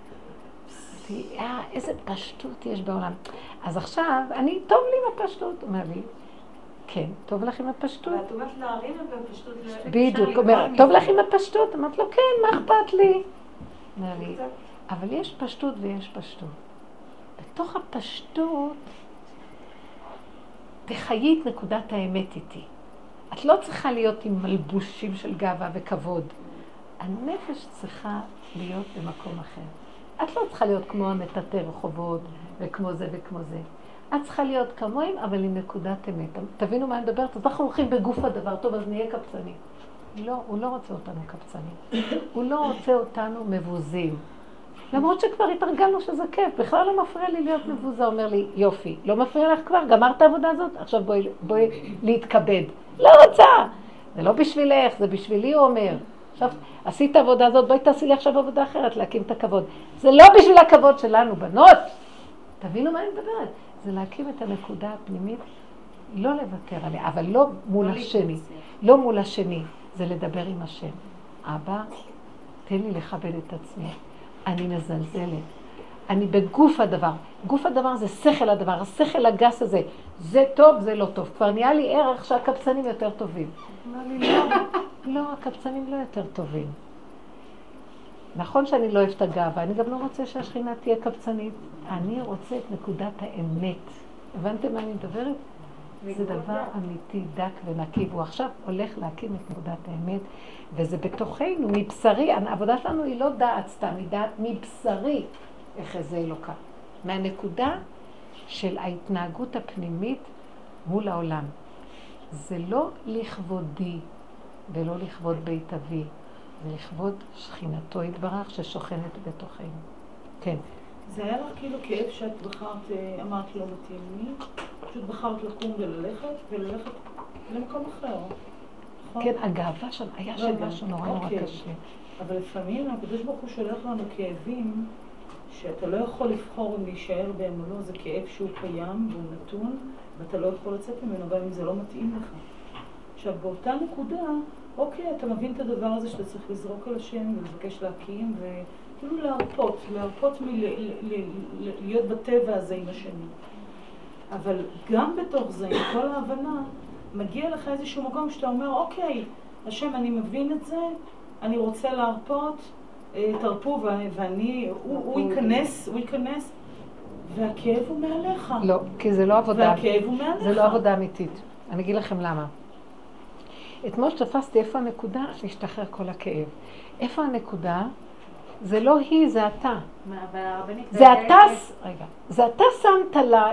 Speaker 1: איזה פשטות יש בעולם. אז עכשיו, טוב לי עם הפשטות, אומר לי, כן, טוב לך עם הפשטות?
Speaker 4: ואת אומרת להרים עם הפשטות.
Speaker 1: בדיוק, אומר, טוב לך עם הפשטות? אמרת לו, כן, מה אכפת לי? אומר לי, אבל יש פשטות ויש פשטות. בתוך הפשטות, תחיי את נקודת האמת איתי. את לא צריכה להיות עם מלבושים של גאווה וכבוד. הנפש צריכה להיות במקום אחר. את לא צריכה להיות כמו המטאטא רחובות וכמו זה וכמו זה. את צריכה להיות כמוהם, אבל עם נקודת אמת. תבינו מה אני מדברת? אז אנחנו הולכים בגוף הדבר, טוב, אז נהיה קבצנים. לא, הוא לא רוצה אותנו קבצנים. הוא לא רוצה אותנו מבוזים. למרות שכבר התרגלנו שזה כיף, בכלל לא מפריע לי להיות מבוזה. אומר לי, יופי, לא מפריע לך כבר? גמרת את העבודה הזאת? עכשיו בואי להתכבד. לא רוצה! זה לא בשבילך, זה בשבילי, הוא אומר. עכשיו, עשית העבודה הזאת, בואי תעשי לי עכשיו עבודה אחרת, להקים את הכבוד. זה לא בשביל הכבוד שלנו, בנות. תבינו מה אני מדברת. זה להקים את הנקודה הפנימית, לא לוותר עליה, אבל לא מול השני. לא מול השני, זה לדבר עם השם. אבא, תן לי לכבד את עצמי. אני מזלזלת. אני בגוף הדבר. גוף הדבר זה שכל הדבר. השכל הגס הזה, זה טוב, זה לא טוב. כבר נהיה לי ערך שהקבצנים יותר טובים. אמר לי, לא, הקבצנים לא יותר טובים. נכון שאני לא אוהב את הגאווה, אני גם לא רוצה שהשכינה תהיה קבצנית. אני רוצה את נקודת האמת. הבנתם מה אני מדברת? זה דבר אמיתי, דק ונקי. והוא עכשיו הולך להקים את נקודת האמת, וזה בתוכנו, מבשרי. העבודה שלנו היא לא דעת סתם, היא דעת מבשרי. איך זה אלוקה. מהנקודה של ההתנהגות הפנימית מול העולם. זה לא לכבודי ולא לכבוד בית אבי, זה לכבוד שכינתו יתברך ששוכנת בתוכנו. כן.
Speaker 5: זה היה לך כאילו כאב שאת בחרת, אמרת לא מתאים לי, פשוט בחרת לקום וללכת למקום אחר. נכון?
Speaker 1: כן, הגאווה שם, היה שם
Speaker 5: רגע,
Speaker 1: משהו נורא נורא
Speaker 5: אוקיי.
Speaker 1: קשה.
Speaker 5: אבל לפעמים הקדוש ברוך הוא שולח לנו כאבים שאתה לא יכול לבחור אם להישאר בהם או לא, זה כאב שהוא קיים והוא נתון ואתה לא יכול לצאת ממנו גם אם זה לא מתאים לך. עכשיו באותה נקודה, אוקיי, אתה מבין את הדבר הזה שאתה צריך לזרוק על השם ולבקש להקים וכאילו להרפות להיות בטבע הזה עם השני. אבל גם בתוך זה, עם כל ההבנה, מגיע לך איזשהו מקום שאתה אומר, אוקיי, השם, אני מבין את זה, אני רוצה להרפות, תרפו, הוא ייכנס, והכאב הוא מעליך.
Speaker 1: לא, כי זה לא עבודה.
Speaker 5: והכאב הוא מעליך.
Speaker 1: זה לא עבודה אמיתית. אני אגיד לכם למה. אתמול שתפסתי איפה הנקודה להשתחרר כל הכאב. איפה הנקודה? זה לא היא, זה אתה. זה אתה, רגע, זה אתה שמת לה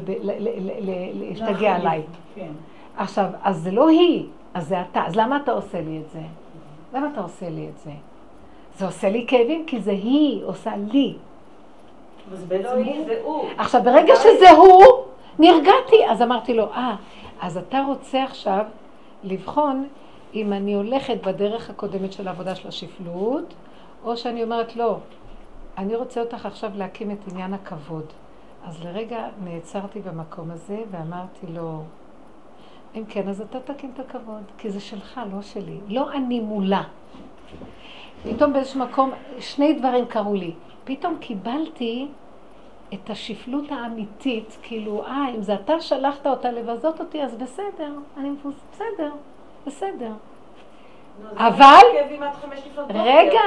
Speaker 1: להשתגע עליי.
Speaker 5: כן.
Speaker 1: עכשיו, אז זה לא היא, אז זה אתה. אז למה אתה עושה לי את זה? למה אתה עושה לי את זה? זה עושה לי כאבים כי זה היא עושה לי.
Speaker 5: אז בעצם הוא.
Speaker 1: עכשיו, ברגע שזה הוא, נרגעתי. אז אמרתי לו, אז אתה רוצה עכשיו לבחון אם אני הולכת בדרך הקודמת של העבודה של השפלות, או שאני אומרת, לא, אני רוצה אותך עכשיו להקים את עניין הכבוד. אז לרגע נעצרתי במקום הזה ואמרתי לו, אם כן, אז אתה תקים את הכבוד, כי זה שלך, לא שלי. לא אני מולה. פתאום באיזשהו מקום, שני דברים קרו לי. פתאום קיבלתי את השפלות האמיתית, כאילו, אם זה אתה שלחת אותה לבזות אותי, אז בסדר, בסדר, בסדר. אבל, רגע,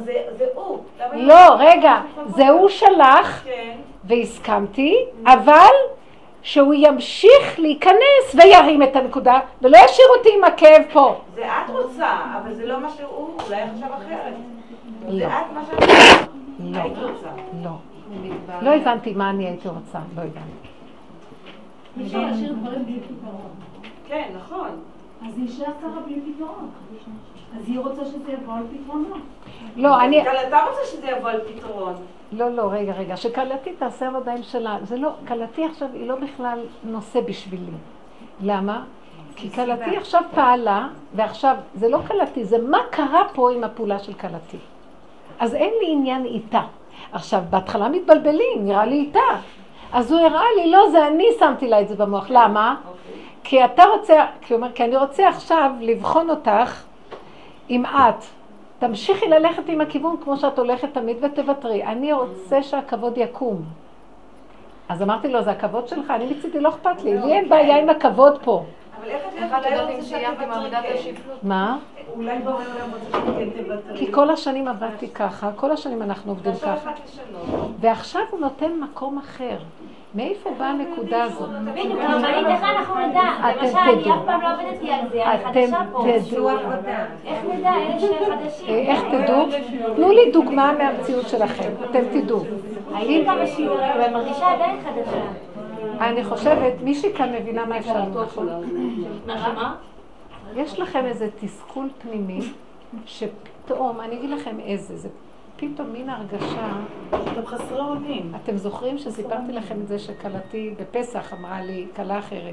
Speaker 1: לא, רגע, זה הוא שלח והסכמתי, אבל שהוא ימשיך להיכנס וירים את הנקודה ולא ישאיר אותי עם הכאב פה.
Speaker 7: זה את רוצה, אבל זה לא מה שהוא, אולי חשב אחרת. זה את מה שאת רוצה.
Speaker 1: לא, לא הבנתי מה אני הייתי רוצה, לא הבנתי.
Speaker 2: אפשר להשאיר דברים בלי פתרון.
Speaker 7: כן, נכון.
Speaker 2: אז היא נשאר ככה בלי פתרון. אז היא רוצה שזה יבוא על פתרונות.
Speaker 1: לא, אני...
Speaker 7: אתה רוצה שזה יבוא על פתרון.
Speaker 1: לא, רגע, שקלתי תעשה עבודה עם שלה. זה לא, קלתי עכשיו היא לא בכלל נושא בשבילי. למה? כי קלתי עכשיו פעלה, ועכשיו זה לא קלתי, זה מה קרה פה עם הפעולה של קלתי. אז אין לי עניין איתה. עכשיו, בהתחלה מתבלבלים, נראה לי איתה. אז הוא הראה לי, לא, זה אני שמתי לה את זה במוח. למה? כי אתה רוצה, כי אני רוצה עכשיו לבחון אותך אם את תמשיכי ללכת עם הכיוון כמו שאת הולכת תמיד ותוותרי. אני רוצה שהכבוד יקום. אז אמרתי לו, זה הכבוד שלך, אני מצידי לא אכפת לי, לי אין בעיה עם הכבוד פה.
Speaker 7: אבל איך את יודעת אם סיימת עם עבודת השפלות?
Speaker 1: מה?
Speaker 7: אולי בעולם רוצה שכן תוותרי.
Speaker 1: כי כל השנים עבדתי ככה, כל השנים אנחנו עובדים ככה. ועכשיו הוא נותן מקום אחר. מאיפה באה הנקודה הזאת?
Speaker 8: בדיוק, אבל איך אנחנו נדע? למשל, אני אף פעם לא עבדתי על זה, אני חדשה פה. איך נדע? אלה שחדשים.
Speaker 1: איך תדעו? תנו לי דוגמה מהמציאות שלכם, אתם תדעו.
Speaker 8: הייתי כמה שיעורים, אבל מרגישה עדיין חדשה.
Speaker 1: אני חושבת, מישהי כאן מבינה מה אפשר נכון?
Speaker 8: מה?
Speaker 1: יש לכם איזה תסכול פנימי, שפתאום, אני אגיד לכם איזה, זה פתאום מין הרגשה.
Speaker 5: אתם חסרי אונים.
Speaker 1: אתם זוכרים שסיפרתי לכם את זה שקלתי בפסח, אמרה לי, קלה אחרת.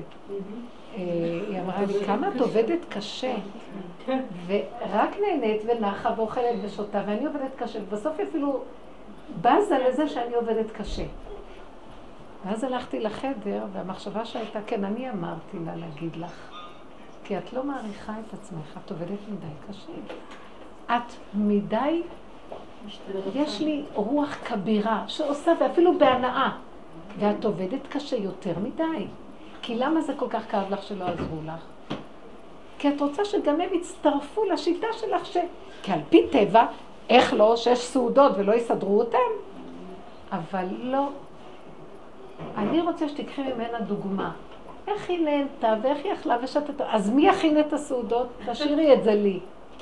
Speaker 1: היא אמרה לי, כמה את עובדת קשה, ורק נהנית ונחה ואוכלת ושותה, ואני עובדת קשה, ובסוף אפילו בזה לזה שאני עובדת קשה. ואז הלכתי לחדר, והמחשבה שהייתה, כן, אני אמרתי לה להגיד לך, כי את לא מעריכה את עצמך, את עובדת מדי קשה. את מדי, יש לי רוח כבירה שעושה, ואפילו בהנאה, ואת עובדת קשה יותר מדי. כי למה זה כל כך כאב לך שלא עזרו לך? כי את רוצה שגם הם יצטרפו לשיטה שלך כי על פי טבע, איך לא, שיש סעודות ולא יסדרו אותם? אבל לא. אני רוצה שתקחי ממנה דוגמה. איך היא נהנתה ואיך היא אכלה ושתתה. אז מי יכין את הסעודות? תשאירי את זה לי.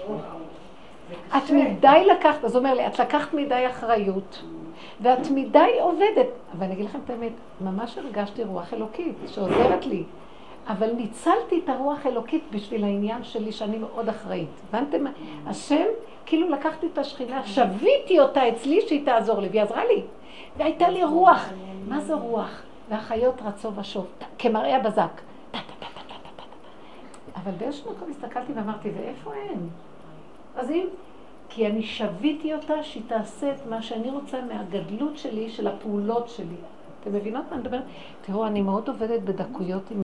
Speaker 1: את מדי לקחת, אז אומר לי, את לקחת מדי אחריות, ואת מדי עובדת. אבל אני אגיד לכם את האמת, ממש הרגשתי רוח אלוקית שעוזרת לי. אבל ניצלתי את הרוח אלוקית בשביל העניין שלי שאני מאוד אחראית. הבנתם? השם, כאילו לקחתי את השכינה, שוויתי אותה אצלי שהיא תעזור לי, והיא עזרה לי. והייתה לי רוח. מה זה רוח? והחיות רצו ושוב, כמראה הבזק. אבל באיזשהו מקום הסתכלתי ואמרתי, ואיפה אין? אז אם, כי אני שוויתי אותה שהיא תעשה את מה שאני רוצה מהגדלות שלי, של הפעולות שלי. אתם מבינות מה אני מדברת? תראו, אני מאוד עובדת בדקויות עם